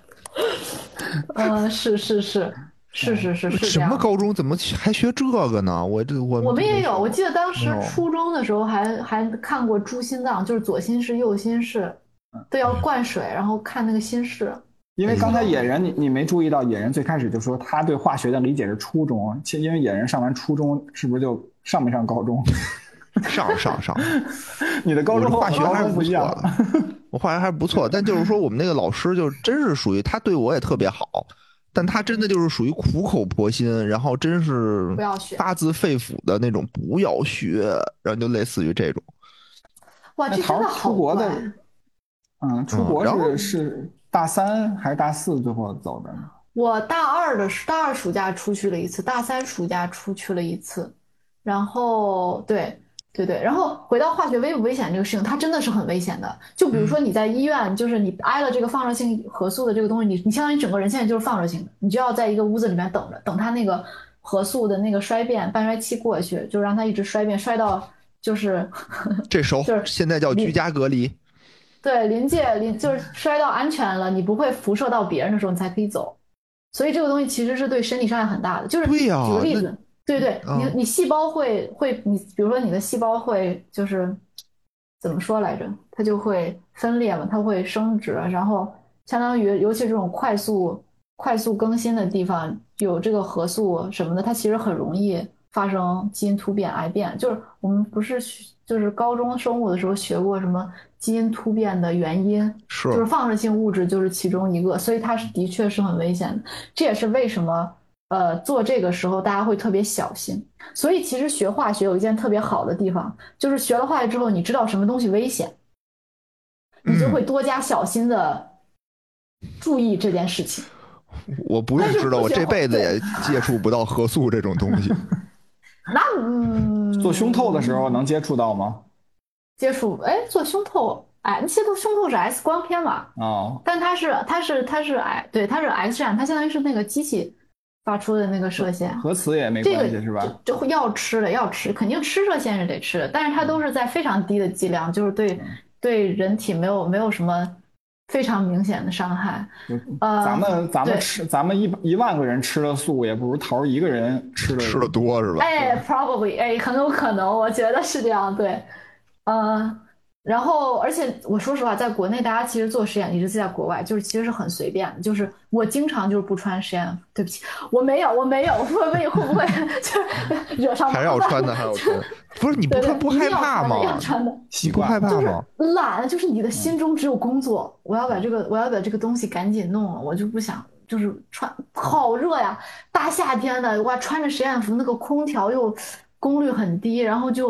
是这什么样。 高中怎么还学这个呢？我我们也有，我记得当时没有初中的时候还看过猪心脏，就是左心室、右心室都要灌水，然后看那个心室。 因为刚才野人，你没注意到，野人最开始就说他对化学的理解是初中，其实因为野人上完初中，是不是就上没上高中？ 上， 你的高中我化学还是不错不一样。 的，我化学还是不错，但就是说我们那个老师就真是属于他对我也特别好，但他真的就是属于苦口婆心，然后真是不要学发自肺腑的那种不要学，然后就类似于这种。 哇，这真桃的好出国的，出国然后是大三还是大四最后走的呢？ 我大二暑假出去了一次，大三暑假出去了一次，然后对，然后回到化学危不危险这个事情，它真的是很危险的。就比如说你在医院，就是你挨了这个放射性核素的这个东西，你相当于整个人现在就是放射性的，你就要在一个屋子里面等着，等它那个核素的那个衰变半衰期过去，就让它一直衰变，衰到就是这熟， 就是现在叫居家隔离。 对就是衰到安全了，你不会辐射到别人的时候，你才可以走。所以这个东西其实是对身体伤害很大的。就是对呀， 举个例子，对，你细胞你比如说你的细胞会就是怎么说来着？它就会分裂嘛，它会生殖，然后相当于尤其这种快速更新的地方有这个核素什么的，它其实很容易发生基因突变、癌变。就是我们不是就是高中生物的时候学过什么基因突变的原因，就是放射性物质就是其中一个，所以它的确是很危险的。这也是为什么做这个时候大家会特别小心。所以其实学化学有一件特别好的地方，就是学了化学之后，你知道什么东西危险，你就会多加小心的注意这件事情。 我不用知道，我这辈子也接触不到核素这种东西。 那做胸透的时候能接触到吗？ 做胸透，那些都胸透是 X 光片嘛？ 哦， 但它是对，它是 X 线，它相当于是那个机器发出的那个射线。 核磁也没这个关系是吧？ 就要吃的，肯定吃射线是得吃的，但是它都是在非常低的剂量，就是对人体没有什么非常明显的伤害。 咱们一万个人吃了素，也不如桃一个人吃的多是吧 ？Probably，很有可能，我觉得是这样，对，然后，而且我说实话，在国内大家其实做实验，一直在国外，就是其实是很随便的。就是我经常就是不穿实验服，对不起，我没有，我说问会不会就是惹上麻烦？ 还是要穿的，不是你不穿不害怕吗？ 要穿的， 习惯害怕吗？ 懒，就是你的心中只有工作，我要把这个东西赶紧弄了，我就不想就是穿，好热呀，大夏天的，哇，穿着实验服，那个空调又功率很低，然后就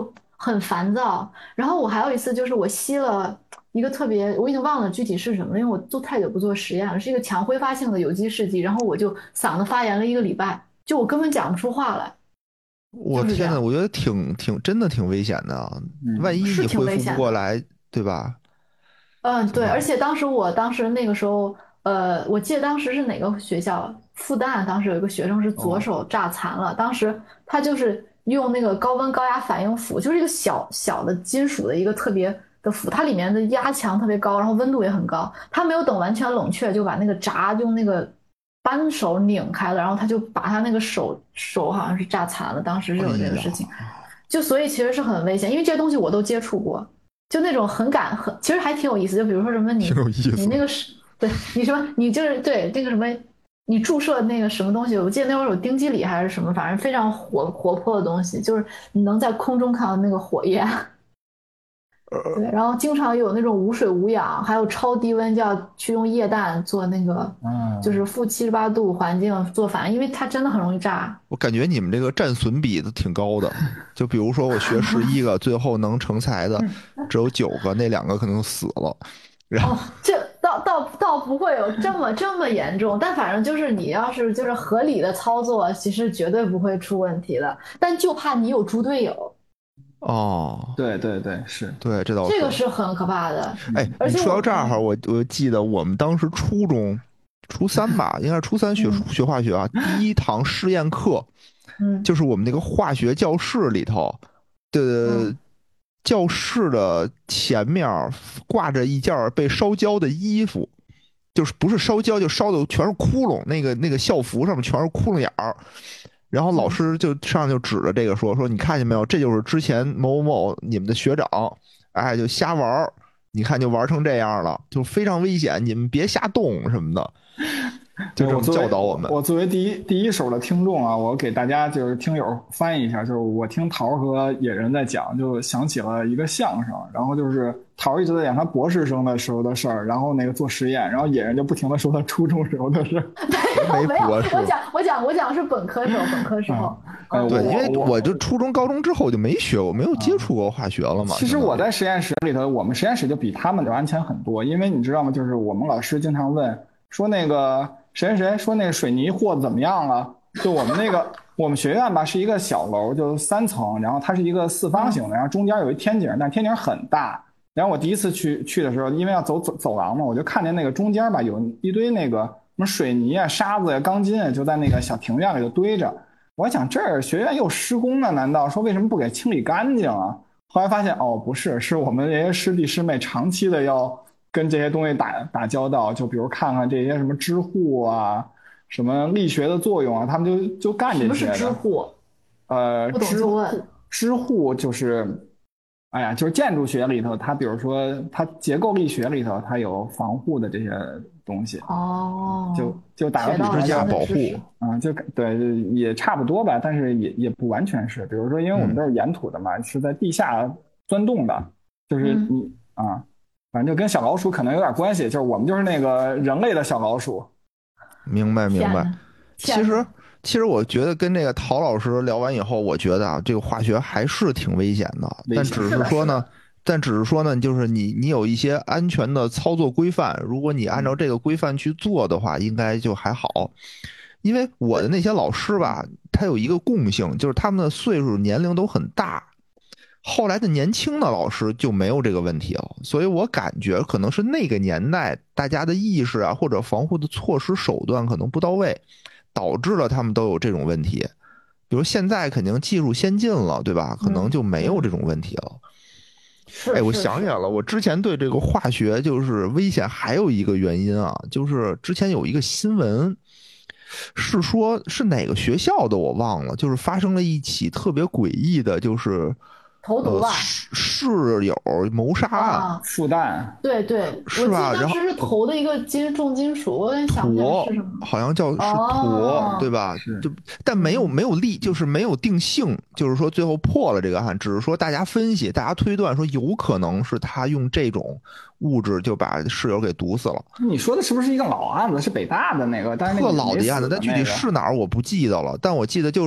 很烦躁。然后我还有一次就是我吸了一个特别，我已经忘了具体是什么了，因为我做太久不做实验了，是一个强挥发性的有机试剂，然后我就嗓子发炎了1个礼拜，就我根本讲不出话来，就是这样。 我天呐，我觉得真的挺危险的啊，万一是你恢复不挺危险的。 过来，对吧？ 对，而怎么办？ 且当时那个时候，我记得当时是哪个学校？复旦当时有一个学生是左哦， 手炸残了，当时他就是用那个高温高压反应釜，就是一个小小的金属的一个特别的釜，它里面的压强特别高，然后温度也很高，他没有等完全冷却就把那个闸用那个扳手拧开了，然后他就把他那个手好像是炸残了，当时是哎有这个呀， 事情，就所以其实是很危险，因为这些东西我都接触过。就那种很，其实还挺有意思。就比如说什么你挺有意思的。 你那个是对你什么你就是对那个什么你注射那个什么东西，我记得那会儿有丁基里还是什么，反正非常活泼的东西，就是你能在空中看到那个火焰。对，然后经常有那种无水无氧，还有超低温就要去用液氮做那个，就是负78度环境做反应，因为它真的很容易炸。 我感觉你们这个战损比都挺高的，就比如说我学11个，最后能成才的只有9个，那2个可能死了。然后哦，这倒不会有这么严重，但反正就是你要是就是合理的操作，其实绝对不会出问题的。但就怕你有猪队友， 哦， 对对对，是， 对，这倒这是。 个是很可怕的。 哎， 而且你说到这儿哈， 我我记得我们当时初中初三吧，应该是初三学化学啊，第一堂实验课嗯就是我们那个化学教室里头的嗯教室的前面挂着一件被烧焦的衣服，就是不是烧焦，就烧的全是窟窿，那个校服上面全是窟窿眼儿。然后老嗯， 师就上就指着这个说你看见没有，这就是之前某某某你们的学长，哎，就瞎玩儿，你看就玩成这样了，就非常危险，你们别瞎动什么的，就对， 这么我作为教导我们。 我作为第一手的听众啊，我给大家就是听友翻译一下，就是我听桃和野人在讲，就想起了一个相声，然后就是桃一直在讲他博士生的时候的事儿，然后那个做实验，然后野人就不停的说他初中时候的事儿。 没没有， 博士。 我讲是本科时候，本科时候， 对，因对， 为我就初中、高中之后就没学过，没有接触过化学了嘛。 其实我在实验室里头，我们实验室就比他们就安全很多，因为你知道吗？就是我们老师经常问说那个谁谁谁说那个水泥和的怎么样了？就我们那个我们学院吧是一个小楼，就3层，然后它是一个4方形的，然后中间有一天井，但天井很大。然后我第一次去的时候，因为要走廊嘛，我就看见那个中间吧有一堆那个什么水泥啊、沙子呀、钢筋啊，就在那个小庭院里头堆着。我想这儿学院又施工呢，难道说为什么不给清理干净啊？后来发现哦，不是，是我们这些师弟师妹长期的要跟这些东西打交道，就比如看看这些什么支护啊，什么力学的作用啊，他们就干什么是这些的。 知乎？不懂支就问。 支护就是，哎呀，就是建筑学里头，它比如说它结构力学里头，它有防护的这些东西。 哦， 就打个学到了比方，就支架保护。 新的知识。 就对，也差不多吧，但是也不完全是。比如说，因为我们嗯， 都是岩土的嘛，是在地下钻洞的，就是嗯， 反正就跟小老鼠可能有点关系，就是我们就是那个人类的小老鼠。 明白明白。 天呐， 其实天呐， 其实我觉得跟这个陶老师聊完以后，我觉得啊，这个化学还是挺危险的，但只危险是的， 是说呢。 是的， 就是你有一些安全的操作规范，如果你按照这个规范去做的话，应该就还好。因为我的那些老师吧，他有一个共性，就是他们的岁数年龄都很大，后来的年轻的老师就没有这个问题了。所以我感觉可能是那个年代大家的意识啊，或者防护的措施手段可能不到位，导致了他们都有这种问题。比如现在肯定技术先进了，对吧？可能就没有这种问题了。哎，我是是是， 想起来了，我之前对这个化学就是危险，还有一个原因啊，就是之前有一个新闻，是说是哪个学校的我忘了，就是发生了一起特别诡异的，就是投毒吧？ 室友谋杀案， 啊， 复旦对对，我是吧？然后记得当时是投的一个重金属，我有点想不起来是驼什么。 好像是驼，对哦， 吧？ 是， 就但没有嗯， 没有立，就是没有定性，就是说最后破了这个案，只是说大家分析，大家推断说有可能是他用这种物质就把室友给毒死了。 你说的是不是一个老案子？是北大的那个，但是那特个没死老的案子，但具体的那个。 是哪儿我不记得了，但我记得就是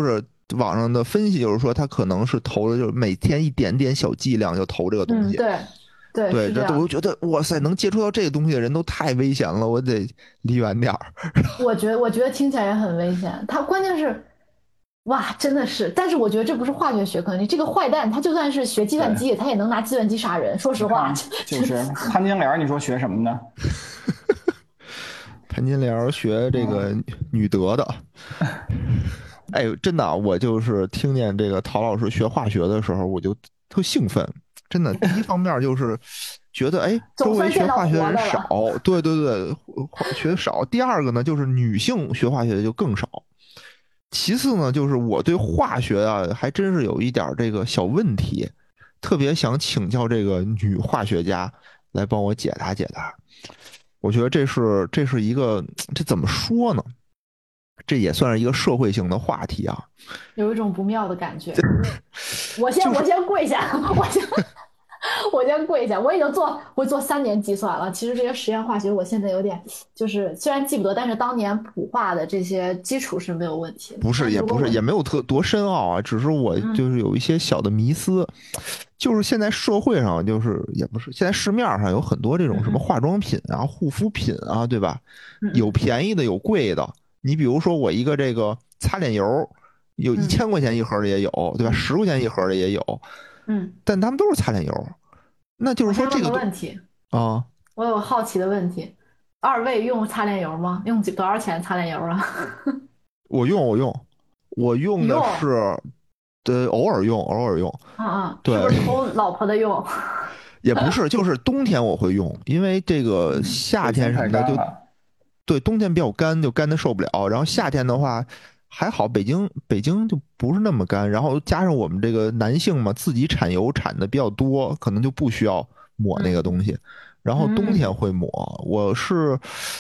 网上的分析就是说，他可能是投的就是每天一点点小剂量就投这个东西。 对对对，这是这样。 我就觉得哇塞，能接触到这个东西的人都太危险了，我得离远点儿。 我觉得听起来也很危险。他关键是，哇，真的是。但是我觉得这不是化学学科，你这个坏蛋，他就算是学计算机，他也能拿计算机杀人。说实话， 就是潘金莲，你说学什么呢？ 潘金莲学这个女德的。哎，真的啊，我就是听见这个陶老师学化学的时候，我就特兴奋。真的，第一方面就是觉得，哎，周围学化学的人少，对对对，学的少。第二个呢，就是女性学化学的就更少。其次呢，就是我对化学啊，还真是有一点这个小问题，特别想请教这个女化学家来帮我解答解答。我觉得这是一个，这怎么说呢？这也算是一个社会性的话题啊。 有一种不妙的感觉。我先跪下，我先跪下。我已经做3年计算了。其实这些实验化学，我现在有点就是虽然记不得，但是当年普化的这些基础是没有问题的。 不是，也没有多深奥啊，只是我就是有一些小的迷思。就是现在社会上，就是也不是现在市面上有很多这种什么化妆品啊、护肤品啊，对吧？有便宜的，有贵的。你比如说我一个这个擦脸油，有1000块钱一盒的也有，对吧？10块钱一盒的也有，但他们都是擦脸油。那就是说这个问题啊， 我有好奇的问题，二位用擦脸油吗？用多少钱擦脸油啊？ 我用的是，偶尔用。对， 是不是偷老婆的用？ 也不是，就是冬天我会用，因为这个夏天什么的就，对，冬天比较干，就干的受不了。然后夏天的话还好，北京就不是那么干，然后加上我们这个男性嘛，自己产油产的比较多，可能就不需要抹那个东西。然后冬天会抹，我是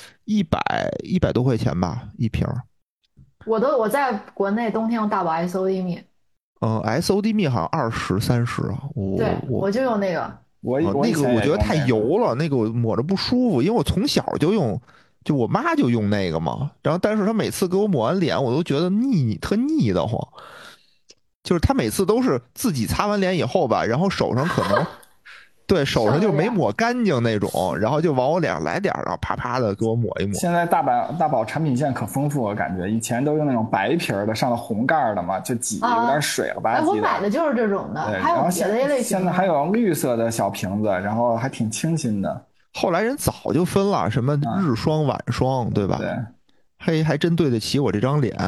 100多块钱吧一瓶。 我在国内冬天用大宝 SOD 蜜。 SOD 蜜好像20、30啊。 我就用那个。 那个我觉得太油了，那个我抹着不舒服，因为我从小就用，就我妈就用那个嘛。然后，但是她每次给我抹完脸，我都觉得特腻得慌。就是她每次都是自己擦完脸以后吧，然后手上可能对手上就没抹干净那种，然后就往我脸上来点，然后啪啪的给我抹一抹。 现在大宝产品线可丰富了，感觉以前都用那种白瓶的，上了红盖的嘛，就挤有点水了吧唧的。 我买的就是这种的，还有别的类型。 现在还有绿色的小瓶子，然后还挺清新的。 后来人早就分了，什么日霜、晚霜，对吧？ 对， 嘿，还真对得起我这张脸。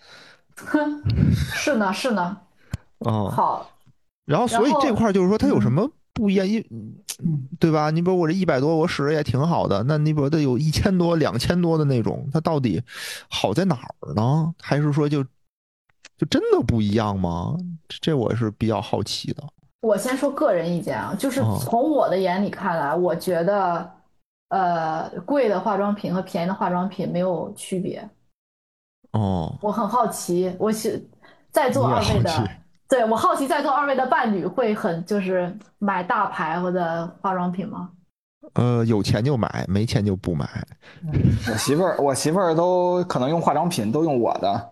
是呢。好。 然后，所以这块就是说，它有什么不一样？对吧？你比如我这100多，我使的也挺好的。那你比如它有1000多、2000多的那种，它到底好在哪儿呢？还是说就真的不一样吗？这我是比较好奇的。 我先说个人意见啊，就是从我的眼里看来，我觉得贵的化妆品和便宜的化妆品没有区别。我很好奇，在座二位的。对，我好奇在座二位的伴侣会就是买大牌或者化妆品吗？ 有钱就买，没钱就不买。 我媳妇儿都可能用化妆品都用我的。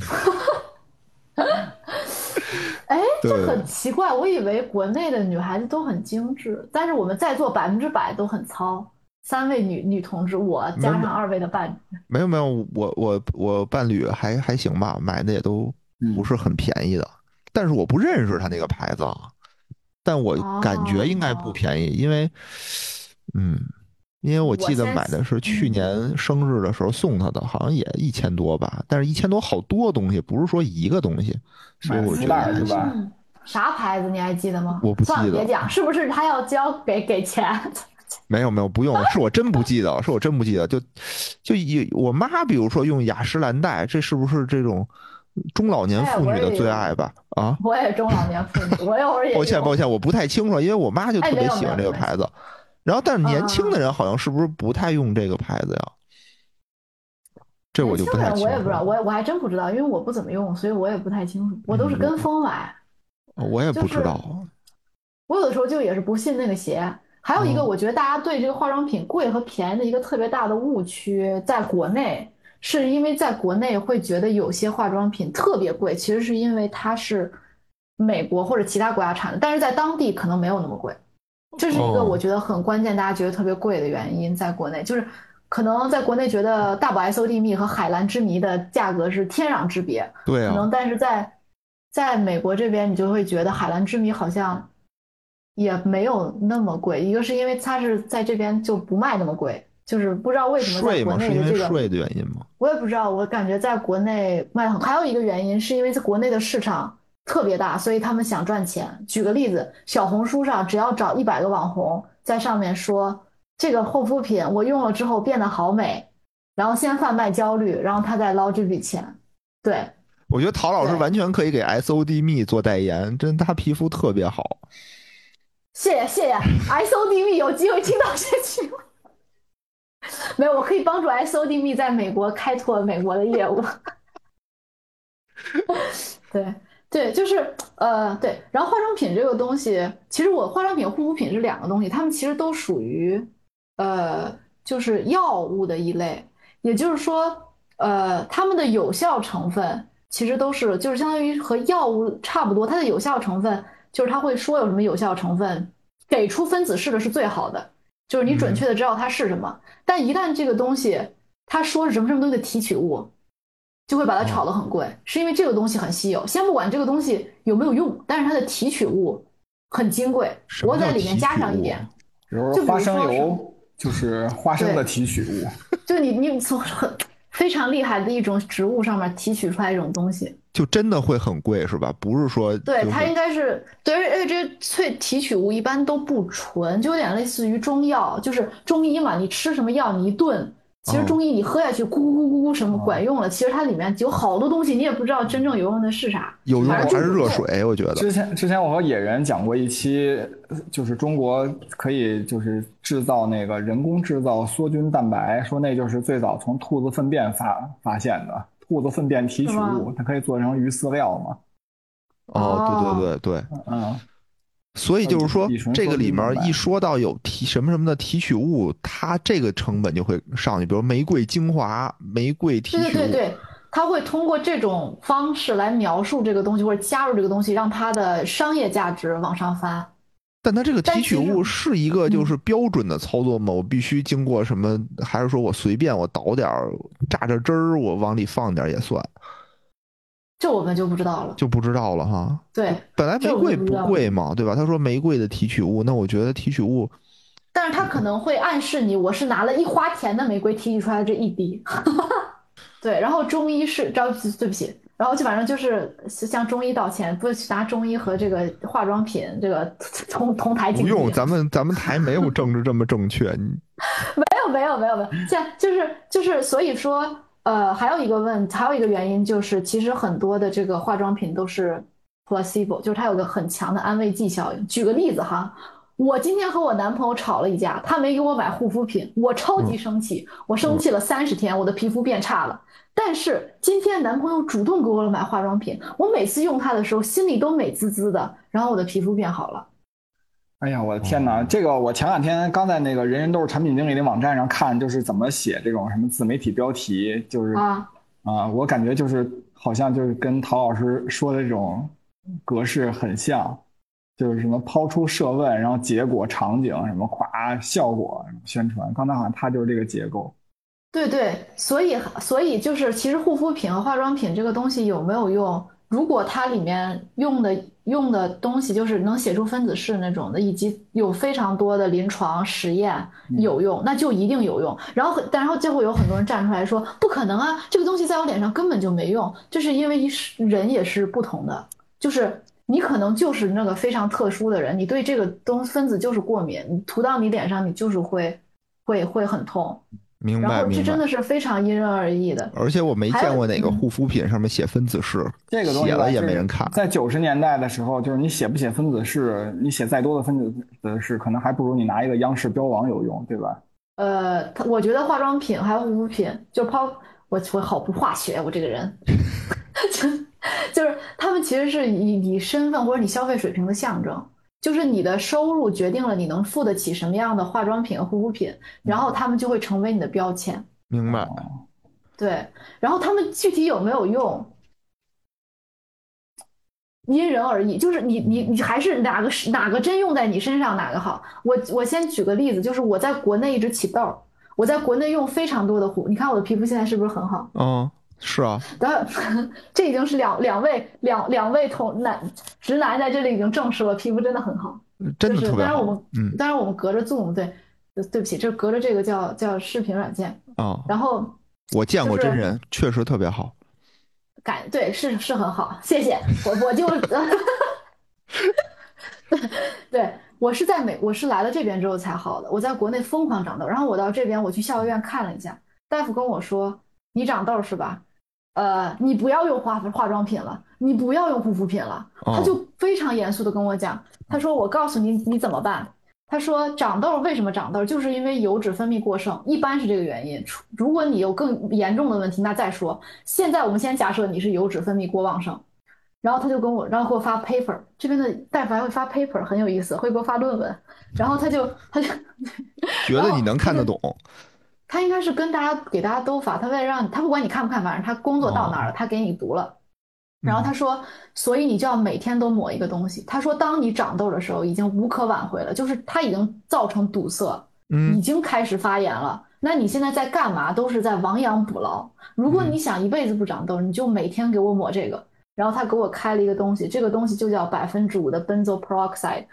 哎，这很奇怪，我以为国内的女孩子都很精致，但是我们在座100%都很糙。3位女同志，我加上2位的伴侣。 没有，我伴侣还行吧，买的也都不是很便宜的。但是我不认识他那个牌子啊，但我感觉应该不便宜，因为我记得买的是去年生日的时候送他的，好像也1000多吧。但是1000多好多东西，不是说一个东西，所以我觉得是吧？ 啥牌子你还记得吗？ 我不记得。 算了，别讲，是不是他要给钱？ 没有，不用，是我真不记得，就我妈，比如说用雅诗兰黛，这是不是这种中老年妇女的最爱吧？啊， 我也中老年妇女，我一会儿也。 抱歉，我不太清楚，因为我妈就特别喜欢这个牌子。然后，但是年轻的人好像是不是不太用这个牌子呀？这我就不太清楚。 我也不知道，我还真不知道，因为我不怎么用，所以我也不太清楚。我都是跟风买。 我也不知道。 我有的时候就也是不信那个邪。还有一个，我觉得大家对这个化妆品贵和便宜的一个特别大的误区，在国内是因为在国内会觉得有些化妆品特别贵，其实是因为它是美国或者其他国家产的，但是在当地可能没有那么贵。这是一个我觉得很关键，大家觉得特别贵的原因。在国内就是可能在国内觉得大宝 SOD 蜜和海蓝之谜的价格是天壤之别， 对啊， 可能但是在美国这边，你就会觉得海蓝之谜好像也没有那么贵。一个是因为它是在这边就不卖那么贵，就是不知道为什么在国税吗？是因内的这个， 为税的原因吗？ 我也不知道，我感觉在国内卖很。还有一个原因是因为在国内的市场特别大，所以他们想赚钱。举个例子，小红书上只要找100个网红在上面说这个护肤品我用了之后变得好美，然后先贩卖焦虑，然后他再捞这笔钱。对。 我觉得陶老师对， 完全可以给 SOD 蜜做代言，真他皮肤特别好。 谢谢谢谢 SOD 蜜有机会听到这句吗？没有，我可以帮助 SOD 蜜在美国开拓美国的业务。对对，就是对。然后化妆品这个东西，其实我化妆品、护肤品是两个东西，它们其实都属于就是药物的一类。也就是说，它们的有效成分其实都是就是相当于和药物差不多，它的有效成分就是它会说有什么有效成分，给出分子式的是最好的，就是你准确的知道它是什么。但一旦这个东西它说是什么什么东西的提取物，就会把它炒得很贵，是因为这个东西很稀有。先不管这个东西有没有用，但是它的提取物很金贵， 什么我在里面叫提取物？ 加上一点， 比如就比如花生说油，就是花生的提取物。 就你从非常厉害的一种植物上面提取出来一种东西。 就真的会很贵是吧？不是说对， 就是它应该是对，而且这些提取物一般都不纯，就有点类似于中药，就是中医嘛，你吃什么药你一炖，其实中医你喝下去咕咕咕咕咕什么管用了，其实它里面有好多东西，你也不知道真正有用的是啥， 有用反正还是热水？我觉得之前我和野人讲过一期，就是中国可以就是制造那个人工制造梭菌蛋白，说那就是最早从兔子粪便发现的，兔子粪便提取物，它可以做成鱼饲料嘛。 哦，对对对对， 嗯， 所以就是说乙醇这个里面梭菌蛋白一说到有什么什么的提取物，它这个成本就会上去，比如玫瑰精华、玫瑰提取物。 对对对对，它会通过这种方式来描述这个东西，或者加入这个东西，让它的商业价值往上翻。 但它这个提取物但是一个就是标准的操作吗？我必须经过什么？还是说我随便我倒点儿榨着汁儿，我往里放点儿也算？ 这我们就不知道了。 就不知道了哈。 对， 本来玫这我瑰不们就不知道了。 贵嘛，对吧？他说玫瑰的提取物，那我觉得提取物但是它可能会暗示你，我是拿了一花田的玫瑰提取出来的这一滴。对，然后中医是对不起，然后就反正就是向中医道歉，不拿中医和这个化妆品这个同台竞技。 不用，咱们台没有政治这么正确。你没有，现在就是，所以说，还有一个原因就是，其实很多的这个化妆品都是 placebo，就是它有个很强的安慰剂效应。举个例子哈，我今天和我男朋友吵了一架，他没给我买护肤品，我超级生气，我生气了30天，我的皮肤变差了。但是今天男朋友主动给我买化妆品，我每次用它的时候心里都美滋滋的，然后我的皮肤变好了。 哎呀，我的天哪！这个我前两天刚在那个人人都是产品经理的网站上看，就是怎么写这种什么自媒体标题，就是我感觉就是好像就是跟陶老师说的这种格式很像，就是什么抛出设问，然后结果场景什么夸效果宣传，刚才好像他就是这个结构。 对对，所以就是其实护肤品和化妆品这个东西有没有用？如果它里面用的东西就是能写出分子式那种的，以及有非常多的临床实验有用，那就一定有用。然后就会有很多人站出来说不可能啊，这个东西在我脸上根本就没用，这是因为人也是不同的，就是你可能就是那个非常特殊的人，你对这个分子就是过敏，你涂到你脸上你就是会很痛。 明然后这白明白。 真的是非常因人而异的。 而且我没见过哪个护肤品上面写分子式， 这个东西写了也没人看。 在90年代的时候，就是你写不写分子式，你写再多的分子式，可能还不如你拿一个央视标王有用，对吧？ 我觉得化妆品还有护肤品，我好不化学，我这个人，就是他们其实是以你身份或者你消费水平的象征。就是你的收入决定了你能付得起什么样的化妆品和护肤品，然后他们就会成为你的标签。 明白。 对，然后他们具体有没有用，因人而异，就是你还是哪个针用在你身上哪个好。我先举个例子，就是我在国内一直起痘，我在国内用非常多的你看我的皮肤现在是不是很好？ 嗯，是啊， 当然，这已经是两位直男在这里已经证实了皮肤真的很好。 真就是的特别好。 当然我们隔着 Zoom， 对不起，这隔着这个叫视频软件，然后我见过就是真人，确实特别好。 对是很好，谢谢我就对我是来了这边之后才好的，我在国内疯狂长痘，然后我到这边我去校医院看了一下，大夫跟我说你长痘是吧？你不要用化妆品了，你不要用护肤品了。他就非常严肃的跟我讲，他说我告诉你怎么办。他说长痘为什么长痘，就是因为油脂分泌过剩，一般是这个原因。如果你有更严重的问题，那再说。现在我们先假设你是油脂分泌过旺盛。然后他就然后给我发 paper， 这边的大夫还会发 paper， 很有意思，会给我发论文。然后他就觉得你能看得懂。 他应该是给大家都发，他为了让他不管你看不看，反正他工作到那儿了，他给你读了。然后他说，所以你就要每天都抹一个东西。他说，当你长痘的时候，已经无可挽回了，就是它已经造成堵塞，已经开始发炎了。那你现在在干嘛？都是在亡羊补牢。如果你想一辈子不长痘，你就每天给我抹这个。然后他给我开了一个东西，这个东西就叫5%的 benzoyl peroxide，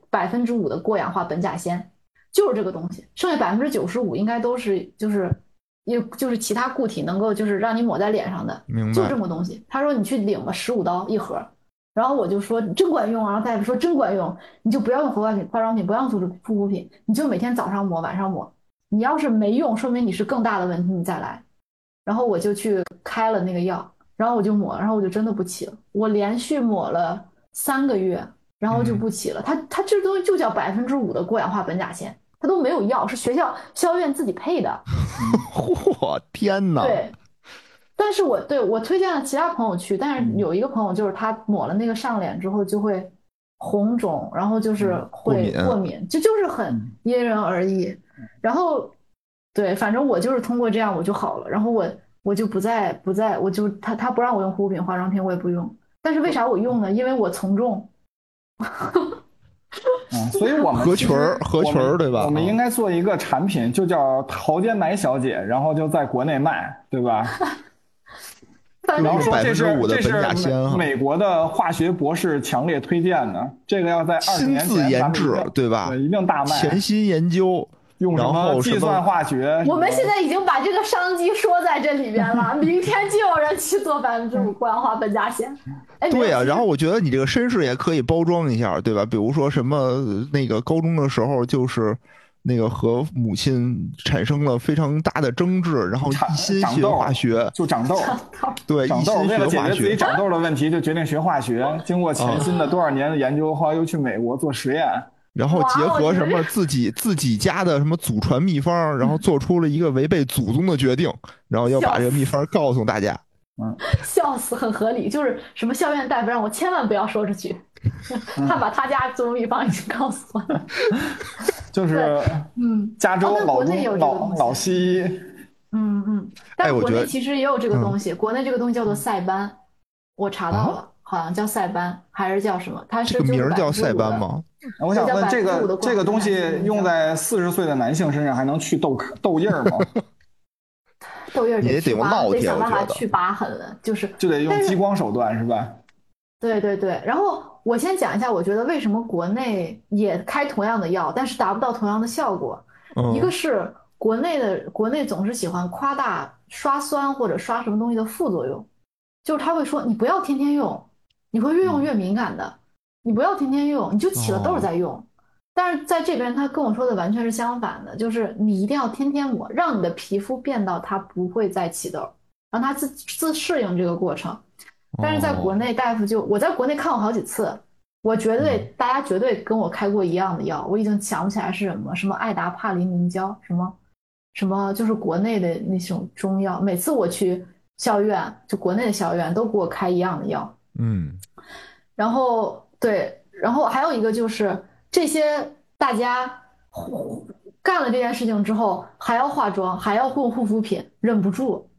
5%的过氧化苯甲酰，就是这个东西。剩下95%应该都是就是其他固体能够就是让你抹在脸上的，就这么东西。他说你去领吧，15刀一盒。然后我就说真管用啊，然后大夫说真管用，你就不要用化妆品，不要用护肤品，你就每天早上抹，晚上抹。你要是没用，说明你是更大的问题，你再来。然后我就去开了那个药。然后我就抹，然后我就真的不起了。我连续抹了3个月，然后就不起了。它这东西就叫5%的过氧化苯甲酰，它都没有药，是校医院自己配的。 嚯，天哪！ 对，但是我推荐了其他朋友去，但是有一个朋友就是他抹了那个上脸之后就会红肿，然后就是会过敏，就是很因人而异。然后对，反正我就是通过这样我就好了，然后我就不再，我就他不让我用护肤品、化妆品，我也不用。但是为啥我用呢？因为我从众。 所以我们合群儿对吧？ 我们应该做一个产品，就叫桃间奶小姐，然后就在国内卖，对吧？然后说这是美国的化学博士强烈推荐的，这个要在20年前亲自研制，对吧？ 对，一定大卖。 潜心研究。 用什么计算化学？ 我们现在已经把这个商机说在这里边了，明天就有人去做5%过氧化苯甲酰。 对啊，然后我觉得你这个身世也可以包装一下，对吧？比如说什么那个高中的时候就是那个和母亲产生了非常大的争执，然后一心学化学， 就长痘。 对， 长痘，为了解决自己长痘的问题，就决定学化学。经过潜心的多少年的研究，后来又去美国做实验。 然后结合什么自己家的什么祖传秘方，然后做出了一个违背祖宗的决定，然后要把这个秘方告诉大家。 笑死，很合理。就是什么校院大夫让我千万不要说出去，他把他家祖宗秘方已经告诉我了。 就是加州老西医。 但国内其实也有这个东西，国内这个东西叫做塞班，我查到了。好像叫塞班还是叫什么？它是这个名叫塞班吗？ 我想问这个东西用在40岁的男性身上还能去痘印吗？ 痘印也得用烙铁， 得想办法去疤痕了，就得用激光手段是吧？ 对对对。然后我先讲一下，我觉得为什么国内也开同样的药，但是达不到同样的效果。一个是国内总是喜欢夸大刷酸或者刷什么东西的副作用，就是他会说你不要天天用。你会越用越敏感的，你不要天天用，你就起了痘再用。但是在这边他跟我说的完全是相反的，就是你一定要天天抹，让你的皮肤变到它不会再起痘，让它自适应这个过程。但是在国内大夫我在国内看过好几次，我大家绝对跟我开过一样的药，我已经想不起来是什么爱达帕林凝胶，什么就是国内的那种中药，每次我去校院，就国内的校院都给我开一样的药。然后对，然后还有一个就是这些大家干了这件事情之后还要化妆，还要用护肤品，忍不住。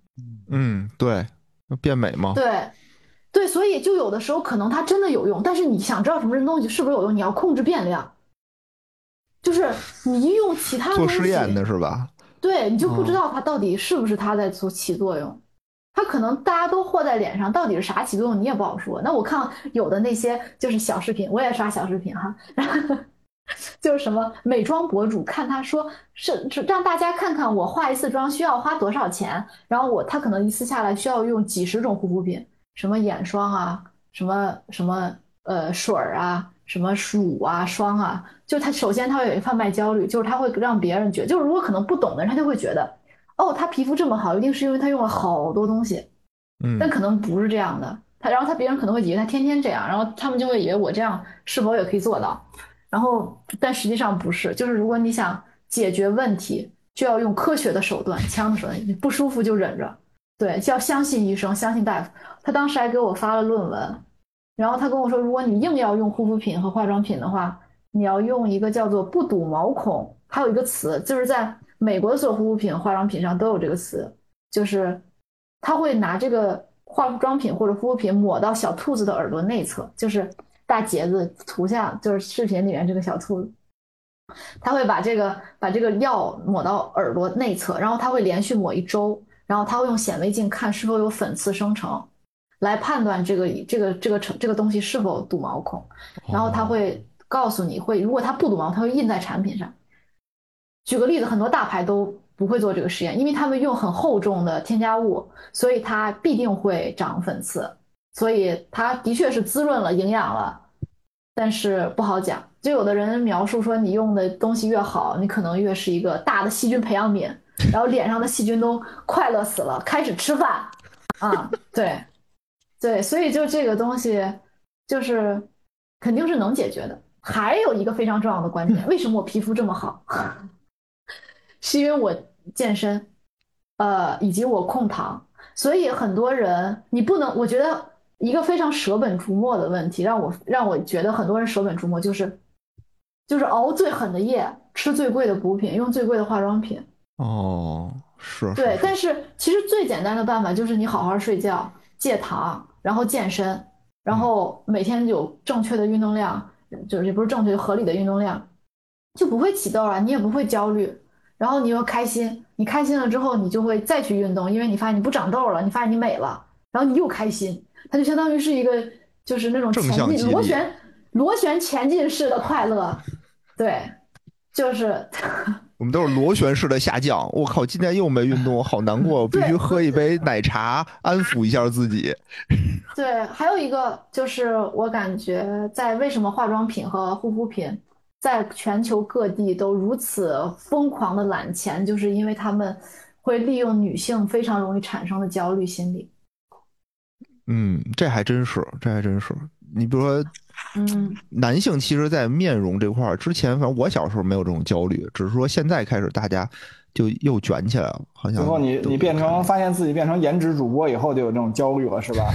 对，变美吗？ 对。对，所以就有的时候可能它真的有用，但是你想知道什么东西是不是有用，你要控制变量，就是你一用其他做东西， 实验的是吧？ 对你就不知道它到底是不是它在做起作用。它可能大家都和在脸上，到底是啥起作用你也不好说。那我看有的那些就是小视频，我也刷小视频哈，就是什么美妆博主，看他说是让大家看看我化一次妆需要花多少钱，然后他可能一次下来需要用几十种护肤品，什么眼霜啊，什么水儿啊，什么乳啊霜啊，就他首先他会有一贩卖焦虑，就是他会让别人觉得，就是如果可能不懂的人，他就会觉得哦，他皮肤这么好，一定是因为他用了好多东西，但可能不是这样的。然后别人可能会以为他天天这样，然后他们就会以为我这样是否也可以做到。然后，但实际上不是，就是如果你想解决问题，就要用科学的手段、枪的手段，你不舒服就忍着，对，就要相信医生，相信大夫。他当时还给我发了论文，然后他跟我说，如果你硬要用护肤品和化妆品的话，你要用一个叫做不堵毛孔，还有一个词，就是在美国的所有护肤品、化妆品上都有这个词，就是他会拿这个化妆品或者护肤品抹到小兔子的耳朵内侧，就是大杰子图像，就是视频里面这个小兔子，他会把这个药抹到耳朵内侧，然后他会连续抹1周，然后他会用显微镜看是否有粉刺生成，来判断这个东西是否堵毛孔，然后他会告诉你如果它不堵毛孔，它会印在产品上。举个例子，很多大牌都不会做这个实验，因为他们用很厚重的添加物，所以它必定会长粉刺，所以它的确是滋润了、营养了，但是不好讲。就有的人描述说，你用的东西越好，你可能越是一个大的细菌培养皿，然后脸上的细菌都快乐死了，开始吃饭啊，对对，所以就这个东西就是肯定是能解决的。还有一个非常重要的观点，为什么我皮肤这么好？是因为我健身，以及我控糖，所以很多人你不能，我觉得一个非常舍本逐末的问题，让我觉得很多人舍本逐末，就是熬最狠的夜，吃最贵的补品，用最贵的化妆品。 哦，是， 对，但是其实最简单的办法就是你好好睡觉，戒糖，然后健身，然后每天有正确的运动量，就是也不是正确合理的运动量，就不会起痘啊，你也不会焦虑，然后你又开心，你开心了之后，你就会再去运动，因为你发现你不长痘了，你发现你美了，然后你又开心，它就相当于是一个就是那种正前进向激励螺旋前进式的快乐，对，就是我们都是螺旋式的下降。我靠，今天又没运动，好难过，我必须喝一杯奶茶安抚一下自己。 对，还有一个就是我感觉在为什么化妆品和护肤品在全球各地都如此疯狂的揽钱，就是因为他们会利用女性非常容易产生的焦虑心理。 这还真是，这还真是。你比如说， 嗯， 男性其实，在面容这块儿，之前反正我小时候没有这种焦虑，只是说现在开始大家就又卷起来了，好像。 最后你发现自己变成颜值主播以后，就有这种焦虑了，是吧？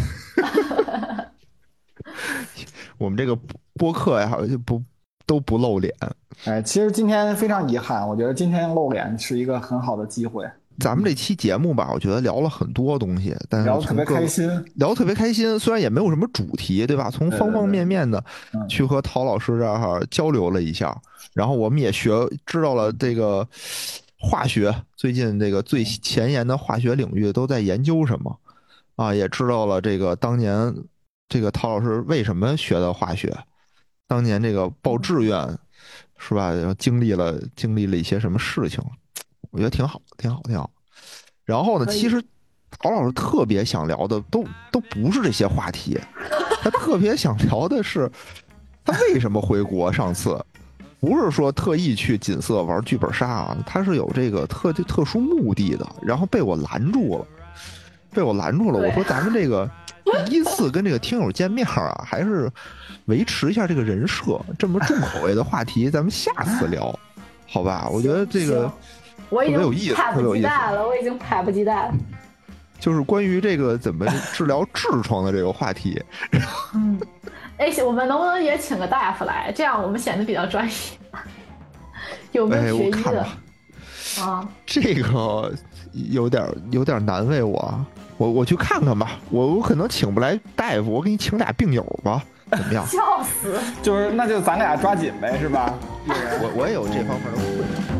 我们这个播客呀，好像就都不露脸。 哎，其实今天非常遗憾，我觉得今天露脸是一个很好的机会。 咱们这期节目吧，我觉得聊了很多东西，但是聊得特别开心， 聊得特别开心。虽然也没有什么主题，对吧？从方方面面的去和陶老师这儿交流了一下，然后我们也知道了这个化学最近这个最前沿的化学领域都在研究什么啊，也知道了这个当年这个陶老师为什么学的化学，当年这个报志愿是吧？经历了一些什么事情。我觉得挺好，挺好，挺好。然后呢，其实陶老师特别想聊的都不是这些话题，他特别想聊的是他为什么回国。上次不是说特意去锦瑟玩剧本杀啊，他是有这个特殊目的的，然后被我拦住了。我说咱们这个第一次跟这个听友见面啊，还是维持一下这个人设，这么重口味的话题，咱们下次聊，好吧？我觉得这个。 我已经特别有意思， 迫不及待了，我已经迫不及待了。 就是关于这个怎么治疗痔疮的这个话题。 我们能不能也请个大夫来？这样我们显得比较专业。有没有学医的？ 啊， 这个有点难为我去看看吧，我可能请不来大夫，我给你请俩病友吧，怎么样？ 笑死！ 那就咱俩抓紧呗，是吧？ 我也有这方面的困扰。